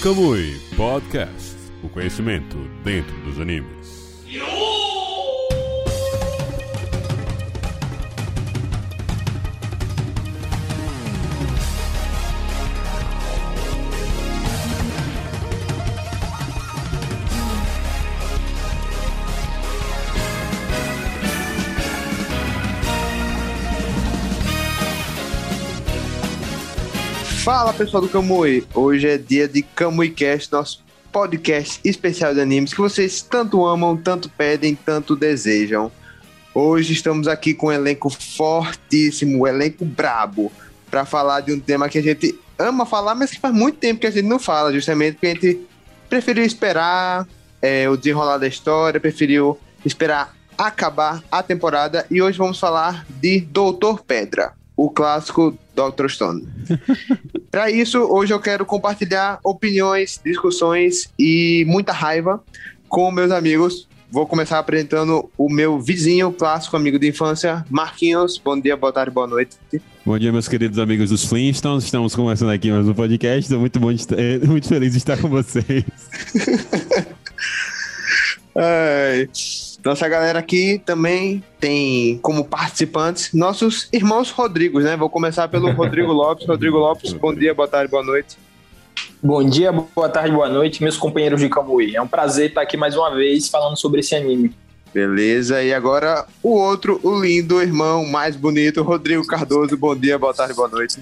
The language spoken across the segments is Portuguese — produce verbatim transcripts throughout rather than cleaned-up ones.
Kamui Podcast, o conhecimento dentro dos animes. Fala pessoal do Kamui, hoje é dia de KamuiCast, nosso podcast especial de animes que vocês tanto amam, tanto pedem, tanto desejam. Hoje estamos aqui com um elenco fortíssimo, um elenco brabo, para falar de um tema que a gente ama falar, mas que faz muito tempo que a gente não fala, justamente porque a gente preferiu esperar é, o desenrolar da história, preferiu esperar acabar a temporada, e hoje vamos falar de Doutor Pedra, o clássico doutor Stone. Para isso, hoje eu quero compartilhar opiniões, discussões e muita raiva com meus amigos. Vou começar apresentando o meu vizinho, clássico amigo de infância, Marquinhos. Bom dia, boa tarde, boa noite. Bom dia, meus queridos amigos dos Flintstones. Estamos começando aqui mais um podcast. Estou muito, bom de estar, muito feliz de estar com vocês. Ai... Nossa galera aqui também tem como participantes nossos irmãos Rodrigos, né? Vou começar pelo Rodrigo Lopes. Rodrigo Lopes, bom dia, boa tarde, boa noite. Bom dia, boa tarde, boa noite, meus companheiros de Kamui. É um prazer estar aqui mais uma vez falando sobre esse anime. Beleza, e agora o outro, o lindo irmão mais bonito, Rodrigo Cardoso. Bom dia, boa tarde, boa noite.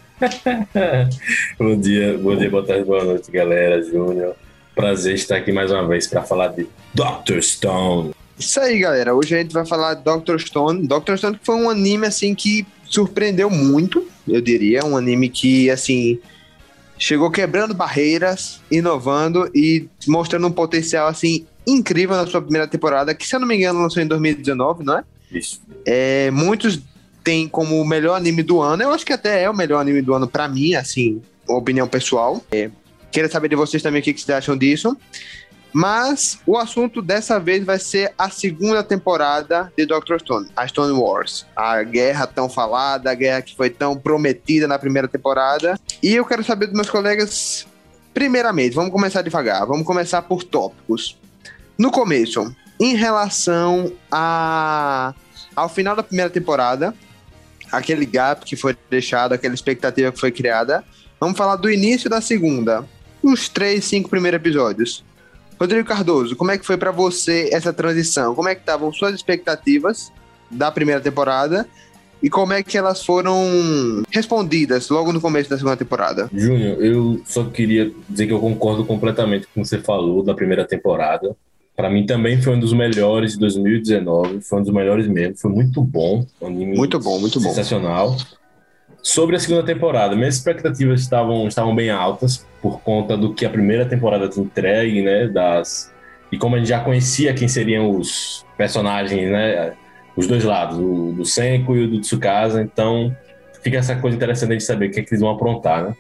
Bom dia, bom dia, boa tarde, boa noite, galera, Júnior. Prazer estar aqui mais uma vez para falar de doutor Stone. Isso aí, galera. Hoje a gente vai falar de doutor Stone. doutor Stone foi um anime, assim, que surpreendeu muito, eu diria. Um anime que, assim, chegou quebrando barreiras, inovando e mostrando um potencial, assim, incrível na sua primeira temporada, que, se eu não me engano, lançou em dois mil e dezenove, não é? Isso. É, muitos têm como o melhor anime do ano. Eu acho que até é o melhor anime do ano pra mim, assim, uma opinião pessoal. É, queria saber de vocês também o que vocês acham disso. Mas o assunto dessa vez vai ser a segunda temporada de doutor Stone, a Stone Wars. A guerra tão falada, a guerra que foi tão prometida na primeira temporada. E eu quero saber dos meus colegas, primeiramente, vamos começar devagar, vamos começar por tópicos. No começo, em relação a, ao final da primeira temporada, aquele gap que foi deixado, aquela expectativa que foi criada, vamos falar do início da segunda, os três, cinco primeiros episódios. Rodrigo Cardoso, como é que foi pra você essa transição? Como é que estavam suas expectativas da primeira temporada e como é que elas foram respondidas logo no começo da segunda temporada? Júnior, eu só queria dizer que eu concordo completamente com o que você falou da primeira temporada. Pra mim também foi um dos melhores de dois mil e dezenove, foi um dos melhores mesmo, foi muito bom. Um anime muito bom, muito bom. Sensacional. Sobre a segunda temporada, minhas expectativas estavam, estavam bem altas por conta do que a primeira temporada te entregue, né, das, e como a gente já conhecia quem seriam os personagens, né, os dois lados, o do Senko e o do Tsukasa, então fica essa coisa interessante de saber o que é que eles vão aprontar, né,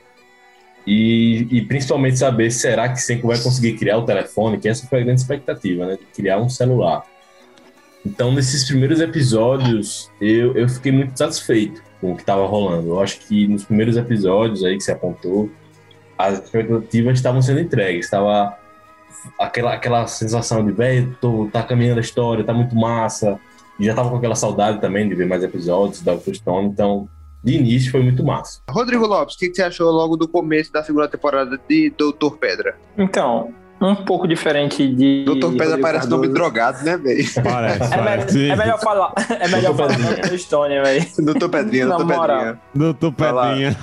e, e principalmente saber, será que Senko vai conseguir criar o telefone, que essa foi a grande expectativa, né, de criar um celular. Então, nesses primeiros episódios, eu, eu fiquei muito satisfeito com o que estava rolando. Eu acho que nos primeiros episódios aí que você apontou, as expectativas estavam sendo entregues. Estava aquela, aquela sensação de, velho, tá caminhando a história, tá muito massa. E já tava com aquela saudade também de ver mais episódios da doutor Stone. Então, de início, foi muito massa. Rodrigo Lopes, o que, que você achou logo do começo da segunda temporada de doutor Pedra? Então... um pouco diferente de... doutor Pedra Rodrigo parece Cardoso. Nome drogado, né, velho? Parece, É, parece. me... é melhor falar, é melhor falar doutor Stone, velho. doutor Pedrinha, doutor Pedrinha. Doutor Pedrinha.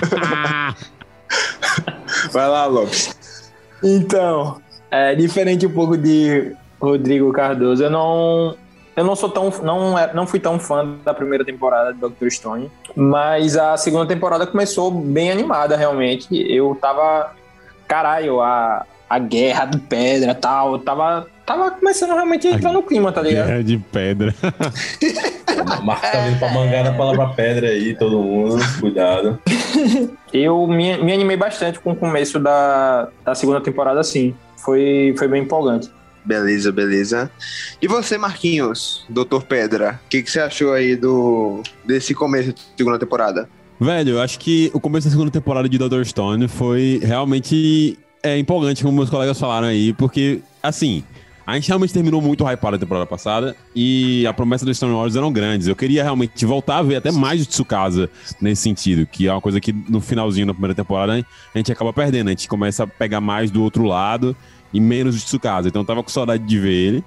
Vai lá, Lopes. Então, é diferente um pouco de Rodrigo Cardoso. Eu não... Eu não sou tão... Não, não fui tão fã da primeira temporada de doutor Stone, mas a segunda temporada começou bem animada, realmente. Eu tava... Caralho, a... a guerra de pedra e tal, tava, tava começando realmente a entrar no clima, tá ligado? Guerra de pedra. O Marcos tá vindo pra mangar na palavra pedra aí, todo mundo, cuidado. Eu me, me animei bastante com o começo da, da segunda temporada, sim. Foi, foi bem empolgante. Beleza, beleza. E você, Marquinhos, doutor Pedra, o que, que você achou aí do, desse começo da segunda temporada? Velho, eu acho que o começo da segunda temporada de doutor Stone foi realmente é empolgante, como meus colegas falaram aí, porque, assim, a gente realmente terminou muito hypado a temporada passada e a promessa dos Stone Warriors eram grandes. Eu queria realmente voltar a ver até mais o Tsukasa nesse sentido, que é uma coisa que no finalzinho da primeira temporada a gente acaba perdendo. A gente começa a pegar mais do outro lado e menos o Tsukasa. Então eu tava com saudade de ver ele.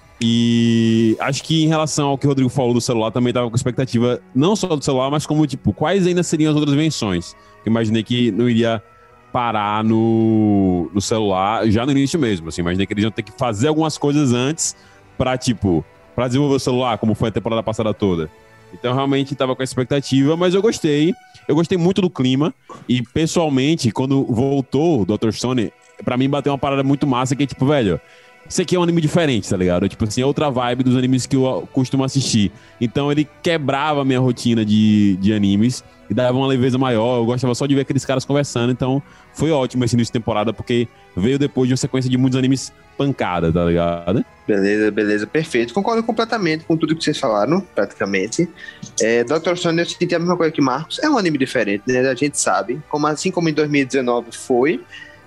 E acho que em relação ao que o Rodrigo falou do celular, também tava com expectativa não só do celular, mas como, tipo, quais ainda seriam as outras invenções. Eu imaginei que não iria parar no, no celular já no início mesmo, assim, imaginei que eles iam ter que fazer algumas coisas antes pra, tipo, pra desenvolver o celular, como foi a temporada passada toda. Então, realmente, tava com a expectativa, mas eu gostei. Eu gostei muito do clima e, pessoalmente, quando voltou o doutor Stone, pra mim bateu uma parada muito massa que é, tipo, velho, isso aqui é um anime diferente, tá ligado? Tipo assim, é outra vibe dos animes que eu costumo assistir. Então, ele quebrava a minha rotina de, de animes e dava uma leveza maior. Eu gostava só de ver aqueles caras conversando, então foi ótimo esse início de temporada, porque veio depois de uma sequência de muitos animes pancada, tá ligado? Beleza, beleza, perfeito. Concordo completamente com tudo que vocês falaram, praticamente. É, doutor Stone, eu senti a mesma coisa que Marcos. É um anime diferente, né? A gente sabe. Como, assim como em dois mil e dezenove foi,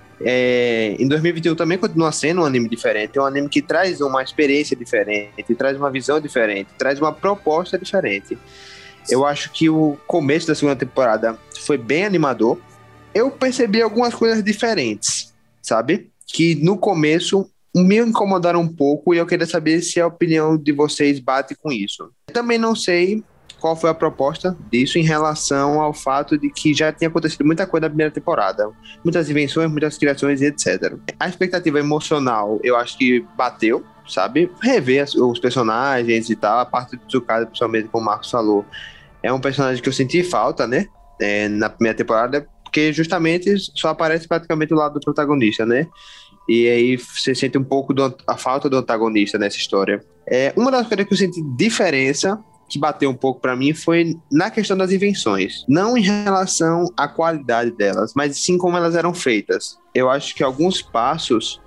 é, em dois mil e vinte e um também continua sendo um anime diferente. É um anime que traz uma experiência diferente, traz uma visão diferente, traz uma proposta diferente. Eu acho que o começo da segunda temporada foi bem animador. Eu percebi algumas coisas diferentes, sabe? Que no começo me incomodaram um pouco e eu queria saber se a opinião de vocês bate com isso. Eu também não sei qual foi a proposta disso em relação ao fato de que já tinha acontecido muita coisa na primeira temporada. Muitas invenções, muitas criações e etcétera. A expectativa emocional, eu acho que bateu, sabe? Rever os personagens e tal, a parte do Tsukasa, principalmente como o Marcos falou, é um personagem que eu senti falta, né? É, na primeira temporada, porque justamente só aparece praticamente do lado do protagonista, né? E aí você sente um pouco do, a falta do antagonista nessa história. É, uma das coisas que eu senti diferença, que bateu um pouco pra mim, foi na questão das invenções. Não em relação à qualidade delas, mas sim como elas eram feitas. Eu acho que alguns passos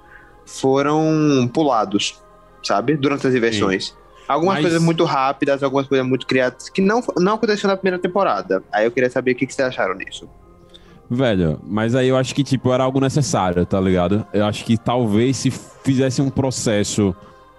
foram pulados, sabe? Durante as invenções. Sim. Algumas Mas... coisas muito rápidas, algumas coisas muito criadas, que não, não aconteceu na primeira temporada. Aí eu queria saber o que, que vocês acharam disso. Velho, mas aí eu acho que, tipo, era algo necessário, tá ligado? Eu acho que talvez se fizesse um processo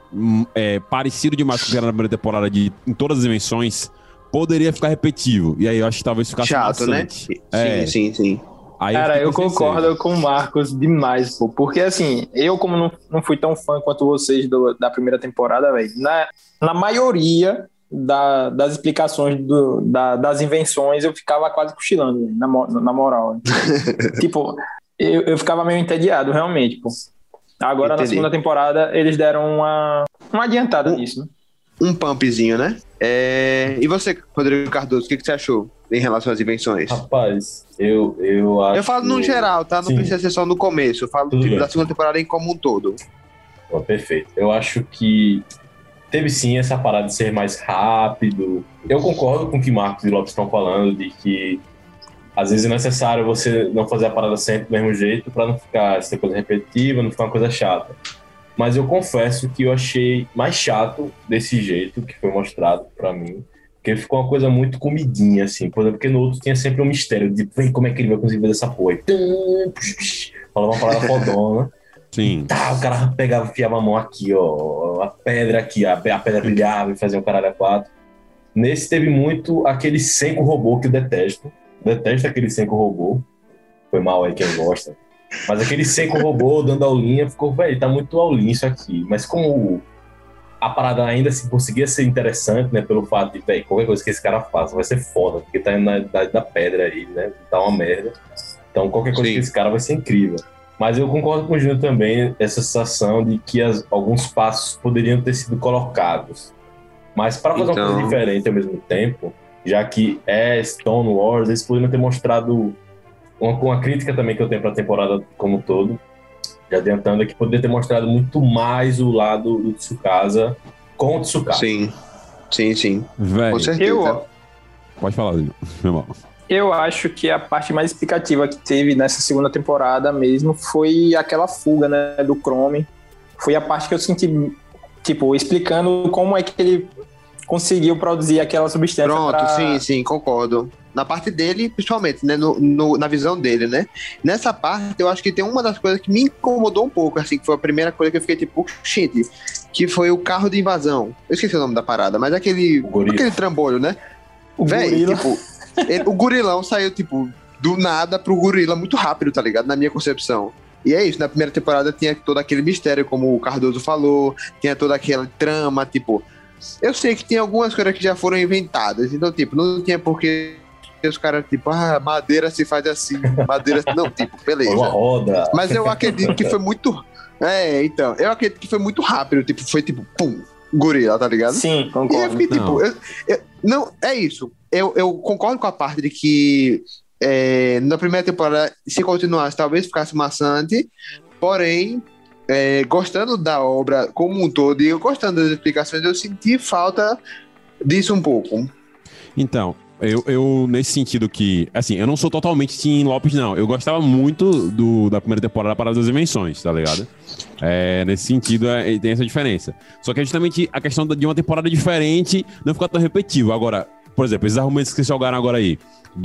é, parecido demais com o que era na primeira temporada, de, em todas as dimensões, poderia ficar repetitivo. E aí eu acho que talvez ficasse chato, maçante. Né? É. Sim, sim, sim. Aí Cara, eu, eu concordo com o Marcos demais, pô. Porque, assim, eu como não, não fui tão fã quanto vocês do, da primeira temporada, velho, na, na maioria da, das explicações do, da, das invenções, eu ficava quase cochilando, véio, na, na moral. Tipo, eu, eu ficava meio entediado, realmente, pô. Agora, Entendi. Na segunda temporada, eles deram uma, uma adiantada um, nisso, né? Um pumpzinho, né? É... E você, Rodrigo Cardoso, o que, que você achou em relação às invenções? Rapaz, eu, eu acho... Eu falo no geral, tá? Não Sim. precisa ser só no começo. Eu falo tipo, da segunda temporada em como um todo. Oh, perfeito. Eu acho que teve sim essa parada de ser mais rápido. Eu concordo com o que Marcos e Lopes estão falando, de que às vezes é necessário você não fazer a parada sempre do mesmo jeito para não ficar essa coisa repetitiva, não ficar uma coisa chata. Mas eu confesso que eu achei mais chato desse jeito que foi mostrado pra mim, porque ficou uma coisa muito comidinha, assim. Por exemplo, porque no outro tinha sempre um mistério de vem, como é que ele vai conseguir fazer essa porra? Falava uma parada fodona. Sim. Tá, o cara pegava, enfiava a mão aqui, ó, a pedra aqui, a, a pedra brilhava e fazia um caralho a quatro. Nesse teve muito aquele Senko robô que eu detesto. Detesto aquele Senko robô. Foi mal aí quem gosta. Mas aquele Senko robô dando aulinha, ficou, velho, tá muito aulinho isso aqui. Mas como a parada ainda assim conseguia ser interessante, né, pelo fato de, velho, qualquer coisa que esse cara faça vai ser foda, porque tá na idade da pedra aí, né, tá uma merda. Então qualquer coisa Sim. que esse cara vai ser incrível. Mas eu concordo com o Júnior também, essa sensação de que as, alguns passos poderiam ter sido colocados. Mas para fazer então... uma coisa diferente ao mesmo tempo, já que é Stone Wars, eles poderiam ter mostrado... Uma, uma crítica também que eu tenho para a temporada como um todo, já adiantando, é que poderia ter mostrado muito mais o lado do Tsukasa com o Tsukasa. Sim, sim, sim. Véi, com certeza. Eu... Pode falar, meu irmão. Eu acho que a parte mais explicativa que teve nessa segunda temporada mesmo foi aquela fuga, né, do Chrome. Foi a parte que eu senti, tipo, explicando como é que ele conseguiu produzir aquela substância. Pronto, pra... sim, sim, concordo. na parte dele, principalmente, né? No, no, na visão dele, né? Nessa parte, eu acho que tem uma das coisas que me incomodou um pouco, assim, que foi a primeira coisa que eu fiquei tipo, gente, que foi o carro de invasão. Eu esqueci o nome da parada, mas aquele, aquele trambolho, né? O Véi, gorila. tipo, ele- o gorilão saiu, tipo, do nada pro gorila muito rápido, tá ligado? Na minha concepção. E é isso, na primeira temporada tinha todo aquele mistério, como o Cardoso falou, tinha toda aquela trama, tipo... Eu sei que tem algumas coisas que já foram inventadas, então, tipo, não tinha porque os caras, tipo, ah, madeira se faz assim, madeira... Não, tipo, beleza. Uma roda. Mas eu acredito que foi muito... É, então, eu acredito que foi muito rápido, tipo, foi tipo, pum, gorila, tá ligado? Sim, E eu concordo. fiquei, tipo, Não. eu- eu- não, é isso. Eu, eu concordo com a parte de que é, na primeira temporada, se continuasse, talvez ficasse maçante, porém, é, gostando da obra como um todo e eu gostando das explicações, eu senti falta disso um pouco. Então, eu, eu, nesse sentido que, assim, eu não sou totalmente Team Lopes, não. Eu gostava muito do, da primeira temporada para das invenções, tá ligado? É, nesse sentido, é, tem essa diferença. Só que é justamente a questão de uma temporada diferente não ficar tão repetitivo. Agora, por exemplo, esses argumentos que vocês jogaram agora aí,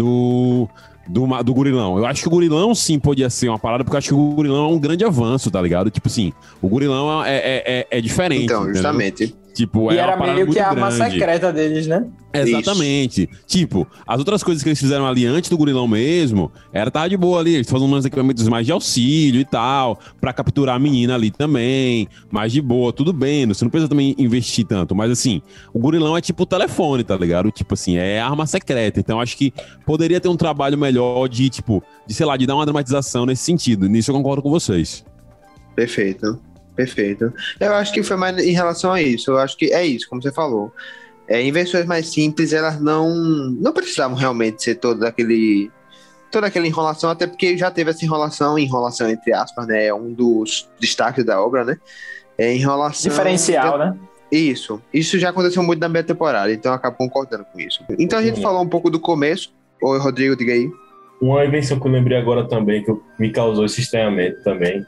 do, do, ma- do gorilão. Eu acho que o gorilão, sim, podia ser uma parada, porque eu acho que o gorilão é um grande avanço, tá ligado? Tipo assim, o gorilão é, é, é, é diferente. Então, entendeu? justamente. Tipo, E é era uma parada meio que muito a arma grande. secreta deles, né? Exatamente. Tipo, as outras coisas que eles fizeram ali antes do gorilão mesmo, era tava de boa ali. Eles faziam uns equipamentos mais de auxílio e tal, pra capturar a menina ali também, mais de boa, tudo bem. Você não precisa também investir tanto. Mas assim, o gorilão é tipo o telefone, tá ligado? Tipo assim, é arma secreta. Então acho que poderia ter um trabalho melhor de, tipo, de sei lá, de dar uma dramatização nesse sentido. Nisso eu concordo com vocês. Perfeito, perfeito. Eu acho que foi mais em relação a isso. Eu acho que é isso, como você falou. É, invenções mais simples, elas não, não precisavam realmente ser todo aquele, toda aquela enrolação, até porque já teve essa enrolação, enrolação entre aspas, né? É um dos destaques da obra, né? É enrolação. Diferencial, né? Isso. Isso já aconteceu muito na minha temporada, então eu acabo concordando com isso. Então a gente falou um pouco do começo. Oi, Rodrigo, diga aí. Uma invenção que eu lembrei agora também, que eu- me causou esse estranhamento também,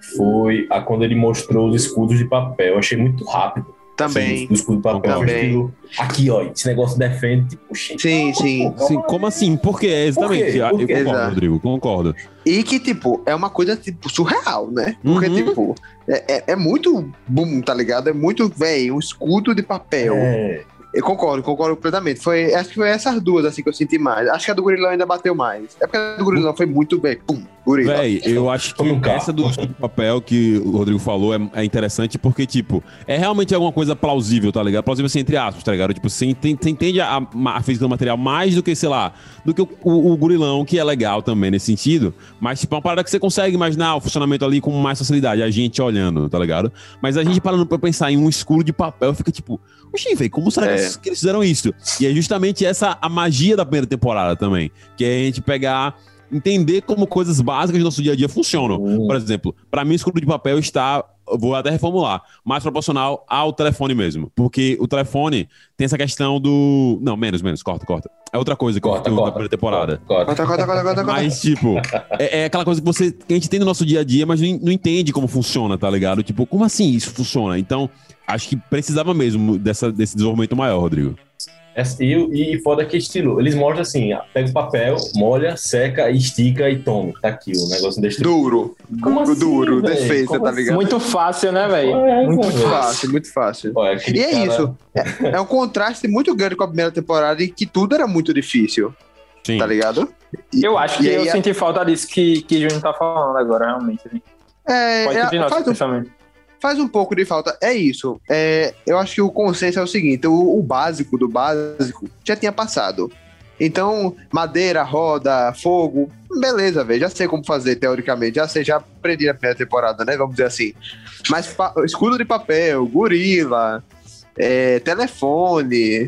foi a quando ele mostrou os escudos de papel. Eu achei muito rápido. Também. Assim, do escudo de papel. Também. Estilo, aqui, ó, esse negócio defende, tipo, gente, Sim, sim. Sim, como assim? Por quê? É exatamente. Por quê? Eu Por quê? concordo, Exato. Rodrigo, concordo. E que, tipo, é uma coisa, tipo, surreal, né? Porque, Uhum. tipo, é, é, é muito boom, tá ligado? É muito, velho, um escudo de papel. É, Eu concordo, concordo completamente. Foi, acho que foi essas duas, assim, que eu senti mais. Acho que a do gorilão ainda bateu mais. É porque a do gorilão foi muito bem. Pum, gorila. Véi, eu acho Tome um que carro. essa do escudo de papel que o Rodrigo falou é, é interessante porque, tipo, é realmente alguma coisa plausível, tá ligado? Plausível assim, entre aspas, tá ligado? Tipo, você entende, você entende a, a física do material mais do que, sei lá, do que o, o, o gorilão, que é legal também nesse sentido. Mas, tipo, é uma parada que você consegue imaginar o funcionamento ali com mais facilidade, a gente olhando, tá ligado? Mas a gente parando pra pensar em um escudo de papel, fica tipo, oxi, velho, como será É. que eles fizeram isso? E é justamente essa a magia da primeira temporada também, que é a gente pegar, entender como coisas básicas do nosso dia a dia funcionam. Hum. Por exemplo, para mim o escudo de papel está, eu vou até reformular, mais proporcional ao telefone mesmo, porque o telefone tem essa questão do, não, menos, menos, corta, corta. É outra coisa que eu corta, eu- da corta. primeira temporada. Corta. Corta, corta, corta, corta, corta. Mas, tipo, é, é aquela coisa que, você, que a gente tem no nosso dia a dia, mas não, não entende como funciona, tá ligado? Tipo, como assim isso funciona? Então, acho que precisava mesmo dessa, desse desenvolvimento maior, Rodrigo. Essa- E, e foda que estilo. Eles mostram assim: ó, pega o papel, molha, seca, estica e tome. Tá aqui o negócio desse. Duro. Como assim, Duro, véi? defesa, Como tá assim? ligado? Muito fácil, né, velho? É, Muito velho. Muito fácil. fácil, muito fácil. Olha, aquele E é cara- isso. É, é um contraste muito grande com a primeira temporada e que tudo era muito difícil, Sim. tá ligado? E- Eu acho e que aí eu a- senti falta disso que, que Júnior tá falando agora, realmente. assim. É, Pode é, continuar faz, esse um, pensamento. faz um pouco de falta. É isso. É, eu acho que o consenso é o seguinte: o, o básico do básico já tinha passado. Então, madeira, roda, fogo, beleza, velho. Já sei como fazer, teoricamente. Já sei, já aprendi na primeira temporada, né? Vamos dizer assim. Mas pa- escudo de papel, gorila, é, telefone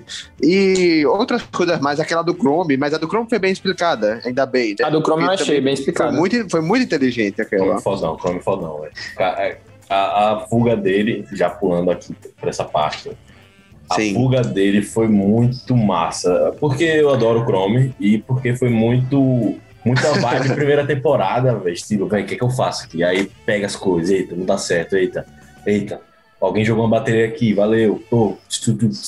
e outras coisas mais. Aquela do Chrome, mas a do Chrome foi bem explicada, ainda bem. Né? A do Chrome eu Porque achei também bem explicada. Foi muito, foi muito inteligente aquela. Chrome fodão, Chrome fodão, velho. A, a, a fuga dele, já pulando aqui pra essa parte, a Sim. fuga dele foi muito massa. Porque eu adoro o Chrome e porque foi muito. Muita vibe primeira temporada, velho. Estilo, velho, o que, é que eu faço aqui? Aí pega as coisas, eita, não dá certo, eita, eita. Alguém jogou uma bateria aqui, valeu. Pô,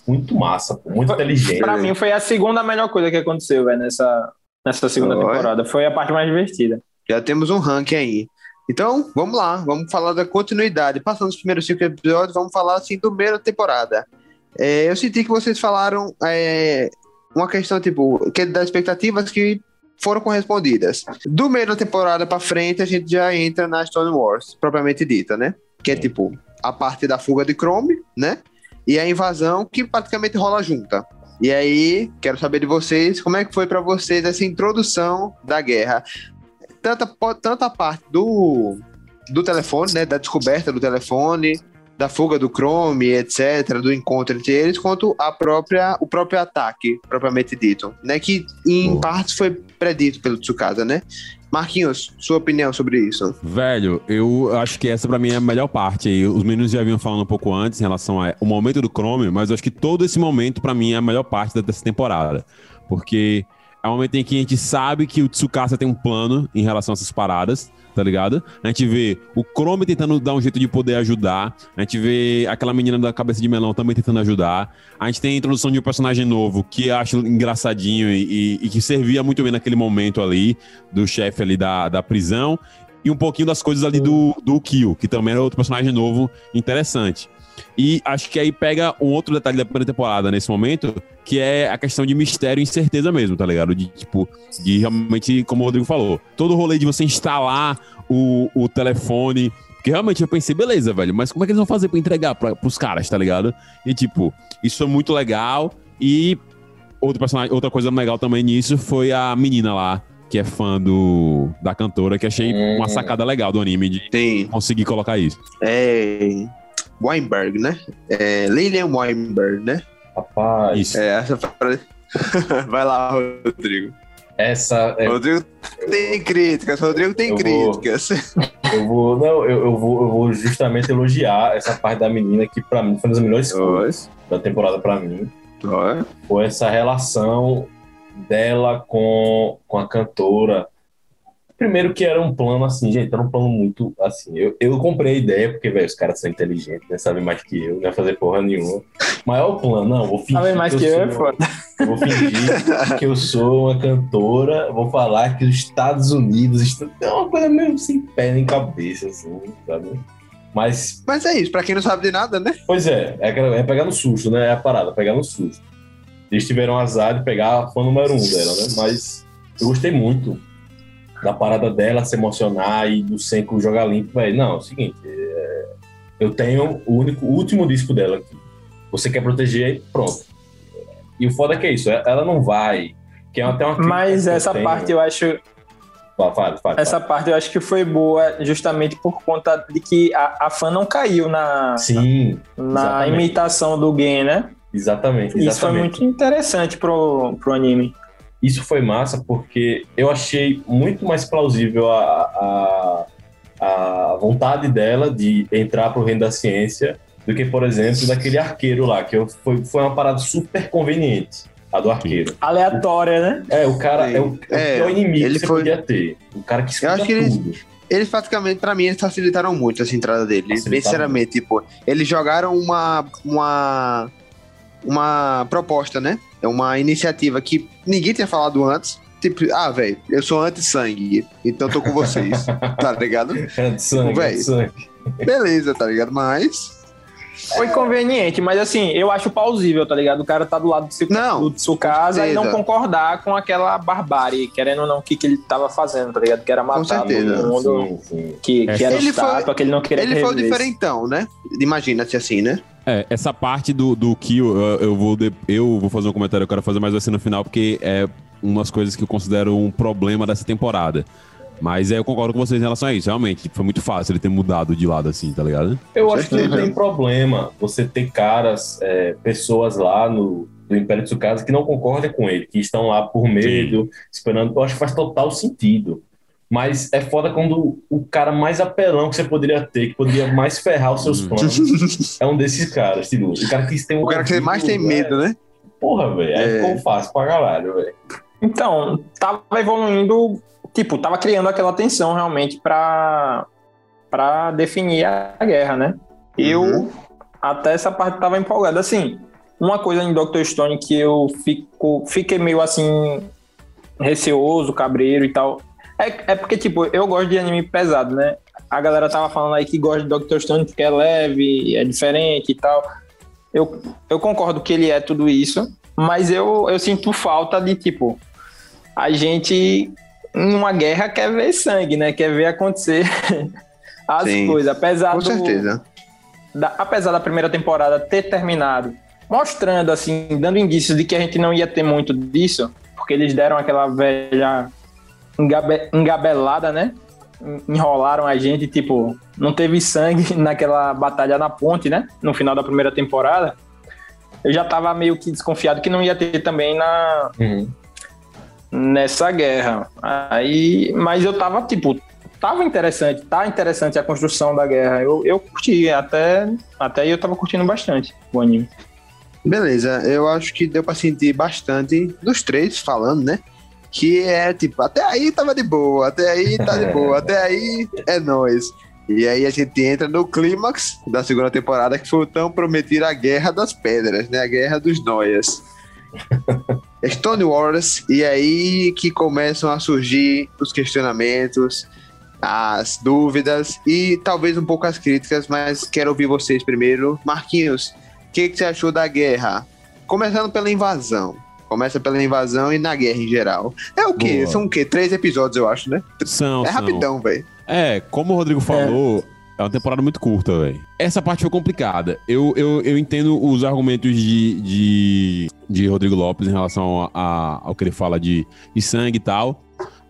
muito massa, pô, muito inteligente. Pra né? mim foi a segunda melhor coisa que aconteceu, velho, nessa, nessa segunda Oi. temporada. Foi a parte mais divertida. Já temos um ranking aí. Então, vamos lá, vamos falar da continuidade. Passando os primeiros cinco episódios, vamos falar assim do meio da temporada. É, eu senti que vocês falaram é, uma questão, tipo, que é das expectativas que foram correspondidas. Do meio da temporada pra frente, a gente já entra na Stone Wars, propriamente dita, né? Que é tipo a parte da fuga de Chrome, né? E a invasão que praticamente rola junta. E aí, quero saber de vocês, como é que foi pra vocês essa introdução da guerra? Tanto, tanto a parte do, do telefone, né? Da descoberta do telefone, da fuga do Chrome, etcétera, do encontro entre eles, quanto a própria, o próprio ataque, propriamente dito, né? Que em Boa. partes foi predito pelo Tsukasa, né? Marquinhos, sua opinião sobre isso? Velho, eu acho que essa pra mim é a melhor parte aí. Os meninos já vinham falando um pouco antes em relação ao momento do Chrome, mas eu acho que todo esse momento pra mim é a melhor parte dessa temporada. Porque é o momento em que a gente sabe que o Tsukasa tem um plano em relação a essas paradas, tá ligado? A gente vê o Chrome tentando dar um jeito de poder ajudar. A gente vê aquela menina da cabeça de melão também tentando ajudar. A gente tem a introdução de um personagem novo que eu acho engraçadinho e, e, e que servia muito bem naquele momento ali, do chefe ali da, da prisão. E um pouquinho das coisas ali do, do Kill, que também era outro personagem novo interessante. E acho que aí pega um outro detalhe da primeira temporada nesse momento, que é a questão de mistério e incerteza mesmo, tá ligado? De, tipo, de realmente, como o Rodrigo falou, todo o rolê de você instalar o, o telefone, porque realmente eu pensei, beleza, velho, mas como é que eles vão fazer pra entregar pra, pros caras, tá ligado? E tipo, isso é muito legal. E outro personagem, outra coisa legal também nisso foi a menina lá, que é fã do, da cantora, que achei Hum. uma sacada legal do anime de Tem. conseguir colocar isso. É. Weinberg, né? É, Lilian Weinberg, né? Rapaz, Isso. É, essa frase. Vai lá, Rodrigo. essa é, Rodrigo tem críticas, Rodrigo tem Eu vou- críticas. eu vou, não, eu, eu vou, eu vou justamente elogiar essa parte da menina que pra mim foi uma das melhores coisas da temporada pra mim. Ó, Foi essa relação dela com, com a cantora. Primeiro que era um plano assim, gente, era um plano muito assim. Eu, eu comprei a ideia, porque, velho, os caras são inteligentes, né? Sabem mais que eu, não ia fazer porra nenhuma. Mas é o plano, não, vou fingir. Sabe mais que eu, é sou, foda. eu vou fingir que eu sou uma cantora, vou falar que os Estados Unidos estão. É uma coisa meio sem pé nem cabeça, assim, sabe? Mas, mas é isso, pra quem não sabe de nada, né? pois é, é, aquela- é pegar no susto, né? É a parada, pegar no susto. Eles tiveram azar de pegar a fã número um dela, né? Mas eu gostei muito da parada dela se emocionar e do Senko jogar limpo, velho. Não, é o seguinte, é, eu tenho o único, o último disco dela aqui. Você quer proteger, pronto. E o foda é que é isso, ela não vai, que é até uma crítica Mas que eu essa tenho. parte eu acho. Fala, fala, fala. Essa parte eu acho que foi boa justamente por conta de que a, a fã não caiu na, Sim, na exatamente. imitação do Gen, né? exatamente, exatamente. Isso foi muito interessante pro, pro anime. Isso foi massa porque eu achei muito mais plausível a, a, a vontade dela de entrar pro reino da ciência do que, por exemplo, daquele arqueiro lá, que eu, foi, foi uma parada super conveniente, a do arqueiro. Aleatória, né? É, o cara Sim. é o, é o É, pior inimigo ele que você foi- podia ter. O cara que escuta acho que eles- tudo. Eles praticamente, pra mim, eles facilitaram muito essa entrada deles. Facilitaram Sinceramente, tipo, eles jogaram uma, uma, uma proposta, né? É uma iniciativa que ninguém tinha falado antes. Tipo, ah, velho, eu sou anti-sangue, então tô com vocês, tá ligado? Cara de sangue, Véi. de sangue. Beleza, tá ligado? Mas, Foi conveniente, mas assim, eu acho plausível, tá ligado? O cara tá do lado do, Tsu- Não, do Tsukasa e não certeza. concordar com aquela barbárie, querendo ou não, o que, que ele tava fazendo, tá ligado? Que era matar certeza. todo mundo, Sim, sim. que, que era Ele estátua, foi- que ele não queria ele que foi o revivesse. diferentão, né? Imagina-se assim, né? É, essa parte do, do Kill, eu, eu vou de- eu vou fazer um comentário, eu quero fazer mais vai ser no final, porque é umas coisas que eu considero um problema dessa temporada. Mas é, eu concordo com vocês em relação a isso, realmente. Foi muito fácil ele ter mudado de lado assim, tá ligado? Eu Com acho que não certeza. tem problema você ter caras, é, pessoas lá no do Império Tsukasa que não concordam com ele, que estão lá por medo, esperando. Eu acho que faz total sentido. Mas é foda quando o cara mais apelão que você poderia ter, que poderia mais ferrar os seus Hum. planos, é um desses caras, tipo, o cara que tem um O cara que ouvido, mais tem velho. medo, né? Porra, velho, aí É. ficou fácil pra caralho, velho. Então, tava evoluindo, tipo, tava criando aquela tensão realmente pra, pra definir a guerra, né? Eu, Uhum. até essa parte, tava empolgado. Assim, uma coisa em doutor Stone que eu fico, fiquei meio assim, receoso, cabreiro e tal. É, é porque, tipo, eu gosto de anime pesado, né? A galera tava falando aí que gosta de doutor Stone porque é leve, é diferente e tal. Eu, eu concordo que ele é tudo isso, mas eu, eu sinto falta de, tipo, a gente, numa guerra, quer ver sangue, né? Quer ver acontecer as Sim, coisas. Apesar com do, certeza. Da, apesar da primeira temporada ter terminado mostrando, assim, dando indícios de que a gente não ia ter muito disso, porque eles deram aquela velha engabe, engabelada, né? Enrolaram a gente, tipo, não teve sangue naquela batalha na ponte, né? No final da primeira temporada. Eu já tava meio que desconfiado que não ia ter também na Uhum. nessa guerra. Aí, mas eu tava, tipo, tava interessante, tá interessante a construção da guerra. Eu, eu curti, até, até eu tava curtindo bastante o anime. Beleza, eu acho que deu pra sentir bastante dos três falando, né? Que é tipo, até aí tava de boa, até aí tá de boa, até aí é nóis. E aí a gente entra no clímax da segunda temporada, que foi o tão prometido a Guerra das Pedras, né? A Guerra dos Noias. Stone Wars, e aí que começam a surgir os questionamentos, as dúvidas e talvez um pouco as críticas, mas quero ouvir vocês primeiro. Marquinhos, o que, que você achou da guerra? Começando pela invasão. Começa pela invasão e na guerra em geral. É o quê? Boa. São o quê? Três episódios, eu acho, né? São, É são. rapidão, velho. É, como o Rodrigo falou, é, uma temporada muito curta, velho. Essa parte foi complicada. Eu, eu, eu entendo os argumentos de, de, de Rodrigo Lopes em relação a, a- ao que ele fala de, de sangue e tal.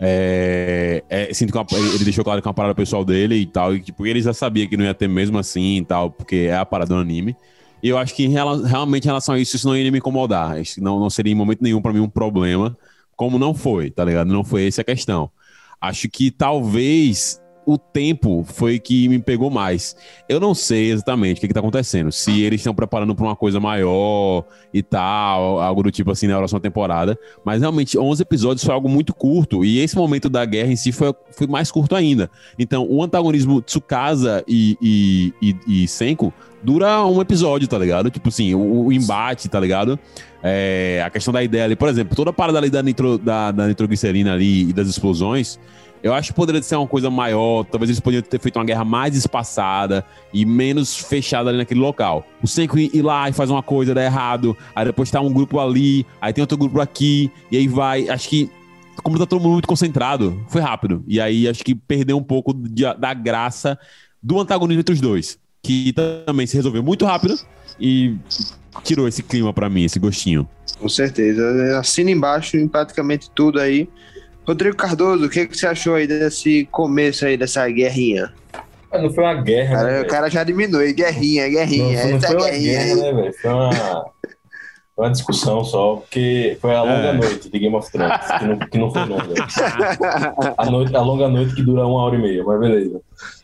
É, é, sinto que uma- ele deixou claro que é uma parada pessoal dele e tal, e que, porque ele já sabia que não ia ter mesmo assim e tal, porque é a parada do anime. E eu acho que em rela- realmente em relação a isso, isso não ia me incomodar. Isso não, não seria em momento nenhum pra mim um problema, como não foi, tá ligado? Não foi essa a questão. Acho que talvez o tempo foi que me pegou mais. Eu não sei exatamente o que, que tá acontecendo. Se eles estão preparando pra uma coisa maior e tal, algo do tipo assim na próxima temporada. Mas realmente, onze episódios foi algo muito curto. E esse momento da guerra em si foi, foi mais curto ainda. Então, o antagonismo Tsukasa e, e, e, e Senko dura um episódio, tá ligado? Tipo assim, o, o embate, tá ligado? É, a questão da ideia ali, por exemplo, toda a parada ali da, nitro, da, da nitroglicerina ali e das explosões, eu acho que poderia ser uma coisa maior. Talvez eles poderiam ter feito uma guerra mais espaçada e menos fechada ali naquele local. O Senko ir lá e faz uma coisa, dá errado, aí depois tá um grupo ali, aí tem outro grupo aqui, e aí vai. Acho que, como tá todo mundo muito concentrado, foi rápido. E aí acho que perdeu um pouco de, da graça do antagonismo entre os dois, que também se resolveu muito rápido e tirou esse clima pra mim, esse gostinho. Com certeza. Assina embaixo em praticamente tudo aí. Rodrigo Cardoso, o que, que você achou aí desse começo aí, dessa guerrinha? Mas não foi uma guerra, Cara, né, o velho? cara já diminui, guerrinha, guerrinha, Não, não essa foi uma guerrinha guerra, aí. né, velho? Foi uma, foi uma discussão só, porque foi a longa É. noite de Game of Thrones, que não, que não foi longa. A, noite, a longa noite que dura uma hora e meia, mas beleza.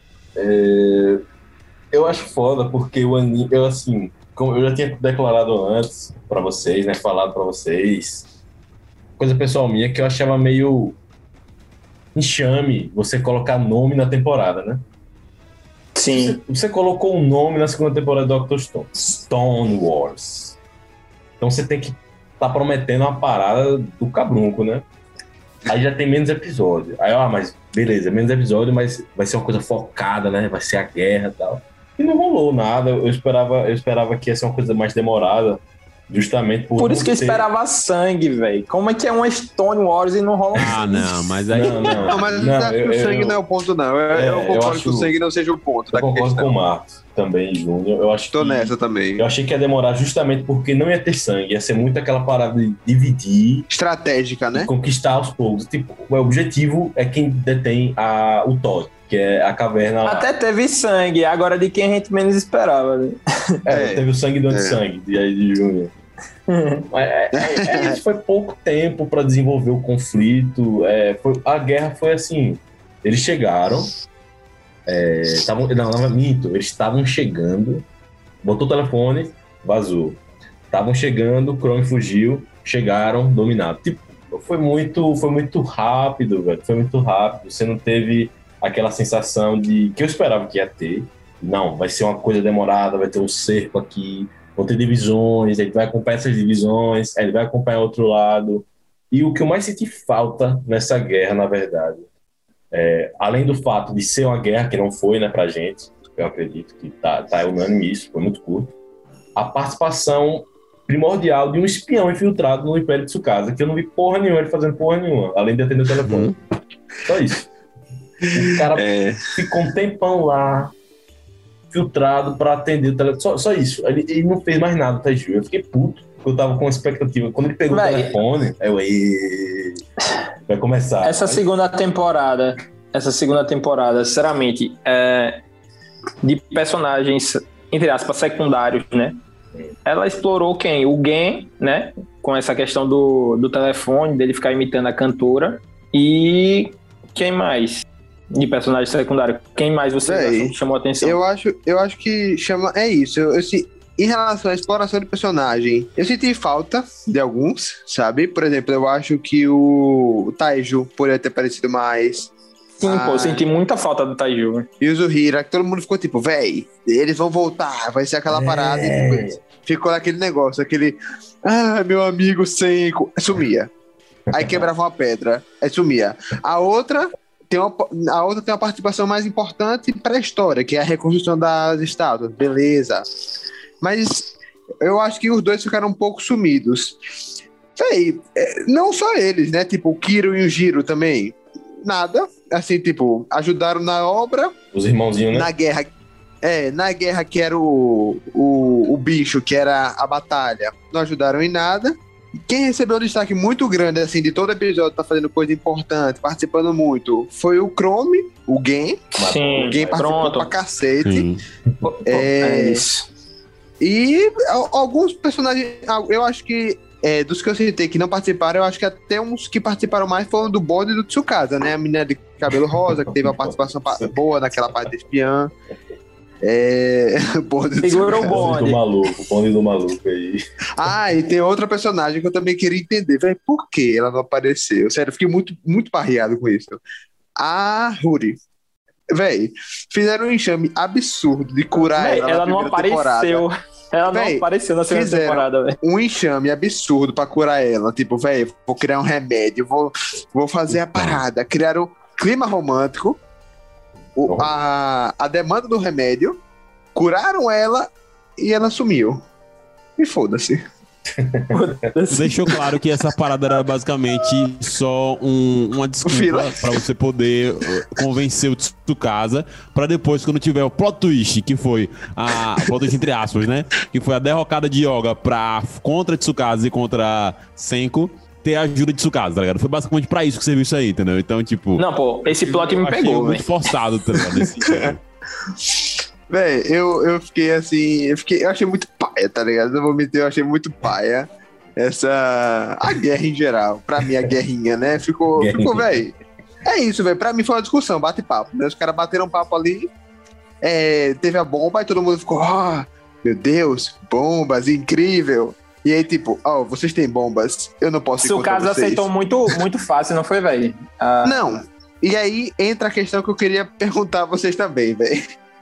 É, eu acho foda, porque o anime, eu assim, como eu já tinha declarado antes pra vocês, né, falado pra vocês, coisa pessoal minha, que eu achava meio enxame você colocar nome na temporada, né? Sim. Você colocou um nome na segunda temporada do Doctor Stone, Stone Wars. Então você tem que tá prometendo uma parada do cabrunco, né? Aí já tem menos episódio. Aí, ah, mas beleza, menos episódio, mas vai ser uma coisa focada, né? Vai ser a guerra e tal. E não rolou nada. Eu esperava, eu esperava que ia ser uma coisa mais demorada, justamente por Por isso que eu não ter- esperava sangue, velho. Como é que é uma Stone Wars e não rola Ah, não, mas aí. Não, não. Não, mas Não, eu acho que eu- o sangue eu- não é o ponto, não. Eu, É, eu eu concordo acho- que o sangue não seja o ponto da Eu concordo questão. com o Marcos também, Júnior. Eu acho Tô que nessa também. eu achei que ia demorar justamente porque não ia ter sangue. Ia ser muito aquela parada de dividir, Estratégica, né? conquistar aos poucos. Tipo, o objetivo é quem detém a, o Todd, que é a caverna. Até teve sangue, agora de quem a gente menos esperava, né? É, É. teve o sangue do anti-sangue de, aí de Júnior. Mas é, é, é isso, foi pouco tempo para desenvolver o conflito. É, foi, a guerra foi assim: eles chegaram, é, tavam, não, não, minto, eles estavam chegando, botou o telefone, vazou. Estavam chegando, o Chrome fugiu, chegaram, dominaram. Tipo, foi muito, foi muito rápido, velho. Foi muito rápido. Você não teve aquela sensação de que eu esperava que ia ter. Não, vai ser uma coisa demorada, vai ter um cerco aqui. vão ter divisões, ele vai acompanhar essas divisões, ele vai acompanhar outro lado. E o que eu mais senti falta nessa guerra, na verdade, é, além do fato de ser uma guerra que não foi, né, pra gente, eu acredito que tá, tá unânime isso, foi muito curto, a participação primordial de um espião infiltrado no Império de Tsukasa, que eu não vi porra nenhuma ele fazendo porra nenhuma, além de atender o telefone. Uhum. Só isso. O cara é. ficou um tempão lá, filtrado pra atender o telefone. Só, só isso. Ele, ele não fez mais nada, tá, Ju? Eu fiquei puto, porque eu tava com expectativa. Quando ele pegou Vai. o telefone, eu, ei, vai começar. Essa mas... segunda temporada, essa segunda temporada, sinceramente, é, de personagens, entre aspas, secundários, né? Ela explorou quem? O Gen, né? Com essa questão do, do telefone, dele ficar imitando a cantora. E quem mais? De personagem secundário, quem mais você é, chamou a atenção? Eu acho, eu acho que chama. É isso. Eu, eu, em relação à exploração de personagem, eu senti falta de alguns, sabe? Por exemplo, eu acho que o, o Taiju poderia ter aparecido mais. Sim, ah, pô, eu senti muita falta do Taiju. E o Zuhira, que todo mundo ficou tipo, véi, eles vão voltar, vai ser aquela é. parada. E depois ficou naquele negócio, aquele. Ah, meu amigo Senko. Sumia. Aí quebrava uma pedra, aí sumia. A outra. Tem uma, a outra tem uma participação mais importante para a história, que é a reconstrução das estátuas. Beleza. Mas eu acho que os dois ficaram um pouco sumidos. Véi, não só eles, né? Tipo, o Kiro e o Jiro também. Nada. Assim, tipo, ajudaram na obra. Os irmãozinhos, né? Na guerra. É, na guerra que era o, o, o bicho, que era a batalha. Não ajudaram em nada. Quem recebeu um destaque muito grande, assim, de todo episódio, tá fazendo coisa importante, participando muito, foi o Chrome, o Gen. Sim, o Gen participou pronto. pra cacete. Sim. É, é isso. E alguns personagens, eu acho que, é, dos que eu citei que não participaram, eu acho que até uns que participaram mais foram do Bode e do Tsukasa, né? A menina de cabelo rosa, que teve uma participação boa naquela parte de espiã. É. Segura o bonde. do maluco, o bonde do maluco aí. Ah, e tem outra personagem que eu também queria entender, velho, por que ela não apareceu? Sério, eu fiquei muito, muito parreado com isso. A Ruri. Véi, fizeram um enxame absurdo de curar véi, ela. Ela não apareceu. Temporada. Ela véi, não apareceu na segunda temporada, velho. Um enxame absurdo pra curar ela. Tipo, velho, vou criar um remédio, vou, vou fazer a parada. Criaram um clima romântico. O, a, a demanda do remédio, curaram ela e ela sumiu. E foda-se. Deixou claro que essa parada era basicamente só um, uma desculpa pra você poder convencer o Tsukasa pra depois, quando tiver o plot twist, que foi a plot twist entre aspas, né? Que foi a derrocada de Yoga pra, contra Tsukasa e contra Senko, ter a ajuda de Tsukasa, tá ligado? Foi basicamente pra isso que serviu isso aí, entendeu? Então, tipo... Não, pô, esse plot me pegou, muito forçado, tá ligado? Esse Véi, eu, eu fiquei assim... Eu, fiquei, eu achei muito paia, tá ligado? Não vou mentir, eu achei muito paia essa... A guerra em geral. Pra mim, a guerrinha, né? Ficou, ficou véi... É isso, velho. Pra mim foi uma discussão, bate-papo. Né? Os caras bateram papo ali, é, teve a bomba e todo mundo ficou... Oh, meu Deus, bombas, incrível... E aí, tipo, ó, oh, vocês têm bombas, eu não posso ir contra vocês. O caso aceitou muito, muito fácil, não foi, velho? Ah... Não. E aí entra a questão que eu queria perguntar a vocês também, velho.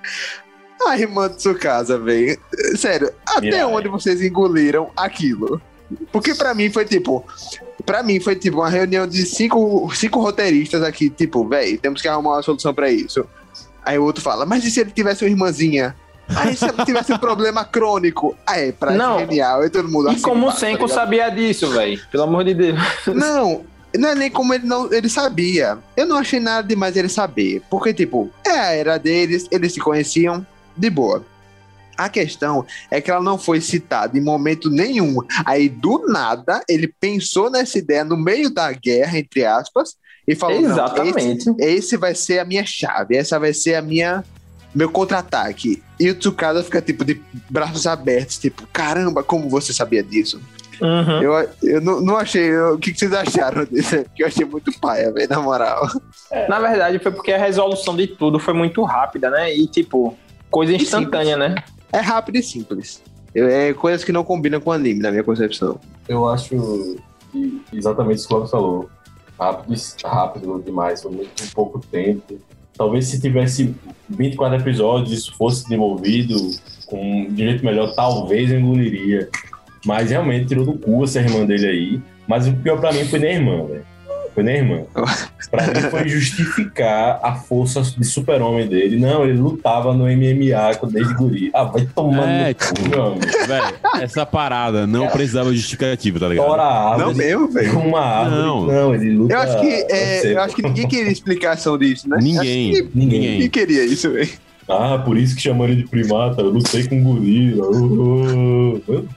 A irmã do Tsukasa, velho. Sério, até yeah. onde vocês engoliram aquilo? Porque pra mim foi tipo... Pra mim foi tipo uma reunião de cinco, cinco roteiristas aqui, tipo, velho, temos que arrumar uma solução pra isso. Aí o outro fala, mas e se ele tivesse uma irmãzinha? Aí se ela tivesse um problema crônico, aí pra não, genial, aí todo mundo e assim, como o Senko tá sabia disso, velho? Pelo amor de Deus. Não, não é nem como ele não, ele sabia. Eu não achei nada demais ele saber, porque tipo, é a era deles, eles se conheciam de boa. A questão é que ela não foi citada em momento nenhum. Aí do nada ele pensou nessa ideia no meio da guerra, entre aspas, e falou: exatamente. Esse, esse vai ser a minha chave, essa vai ser a minha meu contra-ataque. E o Tsukasa fica, tipo, de braços abertos, tipo, caramba, como você sabia disso? Uhum. Eu, eu não, não achei... Eu, o que vocês acharam disso? Porque eu achei muito paia, velho, na moral. É, na verdade, foi porque a resolução de tudo foi muito rápida, né? E, tipo, coisa instantânea, né? É rápido e simples. É coisas que não combinam com anime, na minha concepção. Eu acho que exatamente isso que o Cláudio falou. Rápido, rápido demais, foi muito pouco tempo. talvez se tivesse vinte e quatro episódios, isso fosse desenvolvido com, de um jeito melhor, talvez eu engoliria. Mas realmente tirou do cu essa irmã dele aí. Mas o pior pra mim foi nem a irmã, velho. Foi nem a irmã. Pra mim foi justificar a força de super-homem dele. Não, ele lutava no M M A desde guri. Ah, vai tomando É, no cu, meu amigo. Velho, essa parada não precisava de justificativa, tá ligado? Fora a árvore. Não mesmo, velho. Uma árvore. Não. Não, ele luta. Eu acho que, é, seco. eu acho que ninguém queria explicação disso, né? Ninguém, Acho que ninguém. ninguém queria isso, velho. Ah, por isso que chamaram ele de primata. Eu lutei com gorila. Uh, uh.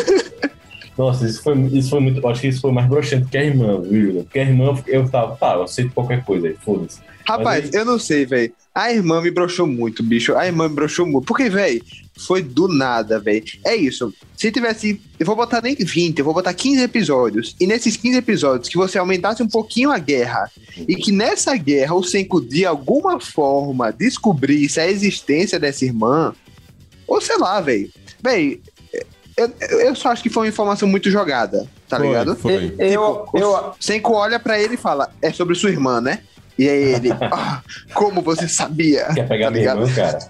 Nossa, isso foi, isso foi muito. Acho que isso foi mais broxante que a irmã, viu? Porque a irmã, eu tava, tá, eu aceito qualquer coisa aí, foda-se. Rapaz, Mas eu não sei, velho. A irmã me broxou muito, bicho. A irmã me broxou muito. Porque, velho, foi do nada, velho. É isso. Se tivesse. Eu vou botar nem vinte, eu vou botar quinze episódios. E nesses quinze episódios, que você aumentasse um pouquinho a guerra. E que nessa guerra o Senku de alguma forma descobrisse a existência dessa irmã. Ou sei lá, velho. Velho. Eu, eu só acho que foi uma informação muito jogada, tá Foi, ligado? foi. Eu, Tipo, eu, o Senku olha pra ele e fala, é sobre sua irmã, né? E aí ele, ah, como você sabia? quer pegar Tá minha ligado? irmã, cara?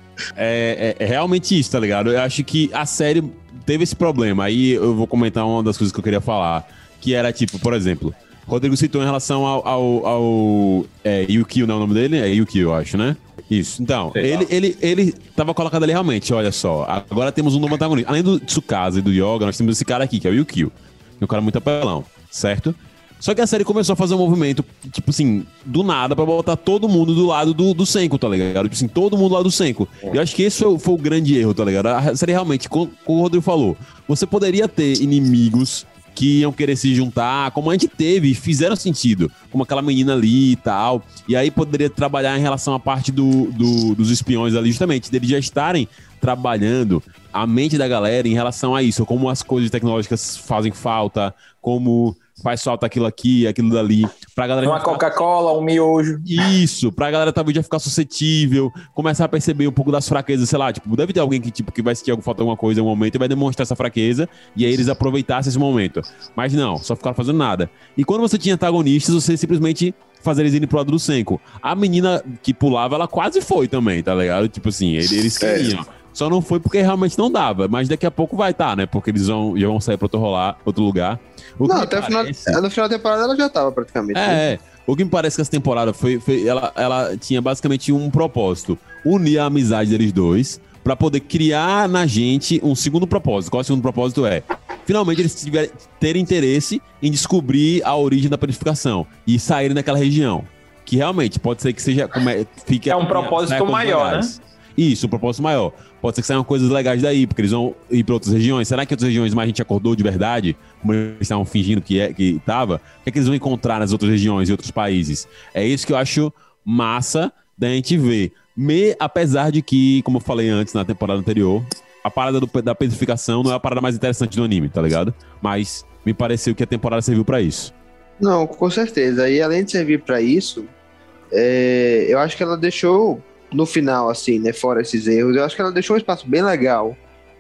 É, é- é realmente isso, tá ligado? Eu acho que a série teve esse problema. Aí eu vou comentar uma das coisas que eu queria falar. Que era tipo, por exemplo, Rodrigo citou em relação ao. ao, ao é, Yukio, não é o nome dele? É Yukio, eu acho, né? Isso. Então, Sei lá. ele, ele, ele tava colocado ali realmente, olha só. Agora temos um novo antagonista. Além do Tsukasa e do Yoga, nós temos esse cara aqui, que é o Yukio. Que é um cara muito apelão, certo? Só que a série começou a fazer um movimento, tipo assim, do nada, pra botar todo mundo do lado do, do Senku, tá ligado? Tipo assim, todo mundo do lado do Senku. E eu acho que esse foi, o- foi o grande erro, tá ligado? A série realmente, como, como o Rodrigo falou, você poderia ter inimigos que iam querer se juntar, como a gente teve, e fizeram sentido, como aquela menina ali e tal. E aí poderia trabalhar em relação à parte do, do- dos espiões ali, justamente, deles já estarem trabalhando a mente da galera em relação a isso, como as coisas tecnológicas fazem falta, como faz falta aquilo aqui, aquilo dali, pra galera... uma já ficar- Coca-Cola, um miojo. Isso, pra galera talvez já ficar suscetível, começar a perceber um pouco das fraquezas, sei lá, tipo, deve ter alguém que, tipo, que vai sentir algo, falta alguma coisa em um momento e vai demonstrar essa fraqueza, e aí eles aproveitassem esse momento. Mas não, só ficaram fazendo nada. E quando você tinha antagonistas, você simplesmente fazia eles irem pro lado do Senku. A menina que pulava, ela quase foi também, tá ligado? Tipo assim, eles, eles queriam. Só não foi porque realmente não dava, mas daqui a pouco vai estar, né? Porque eles vão, já vão sair pra outro, rolar, outro lugar. O que Não, me até o final, parece- no final da temporada ela já tava praticamente. né? é, é. O que me parece que essa temporada foi, foi ela, ela tinha basicamente um propósito: unir a amizade deles dois pra poder criar na gente um segundo propósito. Qual é o segundo propósito? É finalmente eles tiverem, terem interesse em descobrir a origem da purificação e saírem daquela região. Que realmente pode ser que seja. Como é, fique, É um propósito saia coisas maior, legais. Isso, um propósito maior. Pode ser que saiam coisas legais daí, porque eles vão ir para outras regiões. Será que outras regiões mais a gente acordou de verdade? Como eles estavam fingindo que, é, que tava? O que é que eles vão encontrar nas outras regiões e outros países? É isso que eu acho massa da gente ver. Me, apesar de que, como eu falei antes na temporada anterior, a parada do- da petrificação não é a parada mais interessante do anime, tá ligado? Mas me pareceu que a temporada serviu para isso. Não, com certeza. E além de servir pra isso, é, eu acho que ela deixou no final, assim, né, fora esses erros, eu acho que ela deixou um espaço bem legal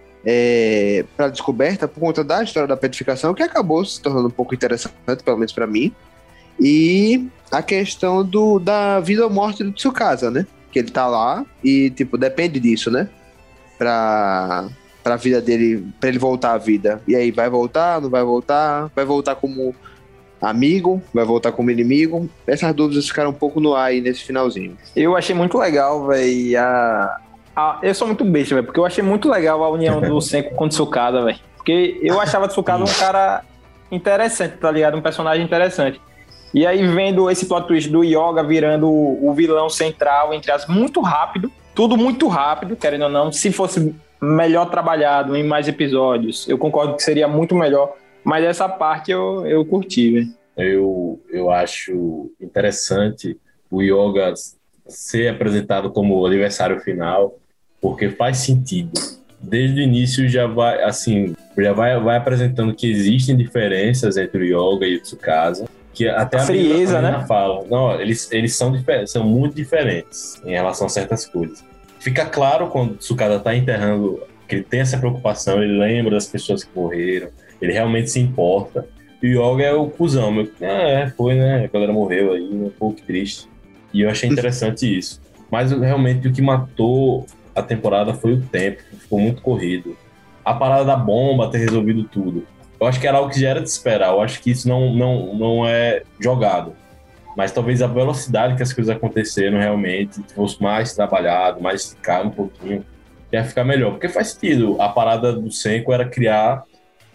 é, para descoberta por conta da história da petrificação, que acabou se tornando um pouco interessante, pelo menos pra mim. E a questão do, da vida ou morte do Tsukasa, né? Que ele tá lá e, tipo, depende disso, né? Pra, pra vida dele, pra ele voltar à vida. E aí, vai voltar, não vai voltar? Vai voltar como amigo, vai voltar como inimigo? Essas dúvidas ficaram um pouco no ar aí nesse finalzinho. Eu achei muito legal, velho. A... a- Eu sou muito besta, velho, porque eu achei muito legal a união do Senku com o Tsukada, velho. Porque eu achava o Tsukada um cara interessante, tá ligado? Um personagem interessante. E aí, vendo esse plot twist do Yoga virando o o vilão central, entre as muito rápido, tudo muito rápido, querendo ou não. Se fosse melhor trabalhado em mais episódios, eu concordo que seria muito melhor. Mas essa parte eu, eu curti, velho. Eu, eu acho interessante o Yoga ser apresentado como o adversário final, porque faz sentido. Desde o início já vai, assim, já vai, vai apresentando que existem diferenças entre o Yoga e o Tsukasa, que até A a menina- frieza, a menina né? fala, não, eles, eles são, difer- são muito diferentes em relação a certas coisas. Fica claro quando o Tsukasa está enterrando, que ele tem essa preocupação, ele lembra das pessoas que morreram, ele realmente se importa. E o Yoga é o cuzão, meu. Ah, é, foi, né? A galera morreu aí, um pouco triste. E eu achei interessante isso. Mas realmente o que matou a temporada foi o tempo, ficou muito corrido. A parada da bomba ter resolvido tudo. Eu acho que era algo que já era de esperar, eu acho que isso não, não, não é jogado. Mas talvez a velocidade que as coisas aconteceram realmente fosse mais trabalhado, mais esticado um pouquinho, ia ficar melhor. Porque faz sentido, a parada do Senko era criar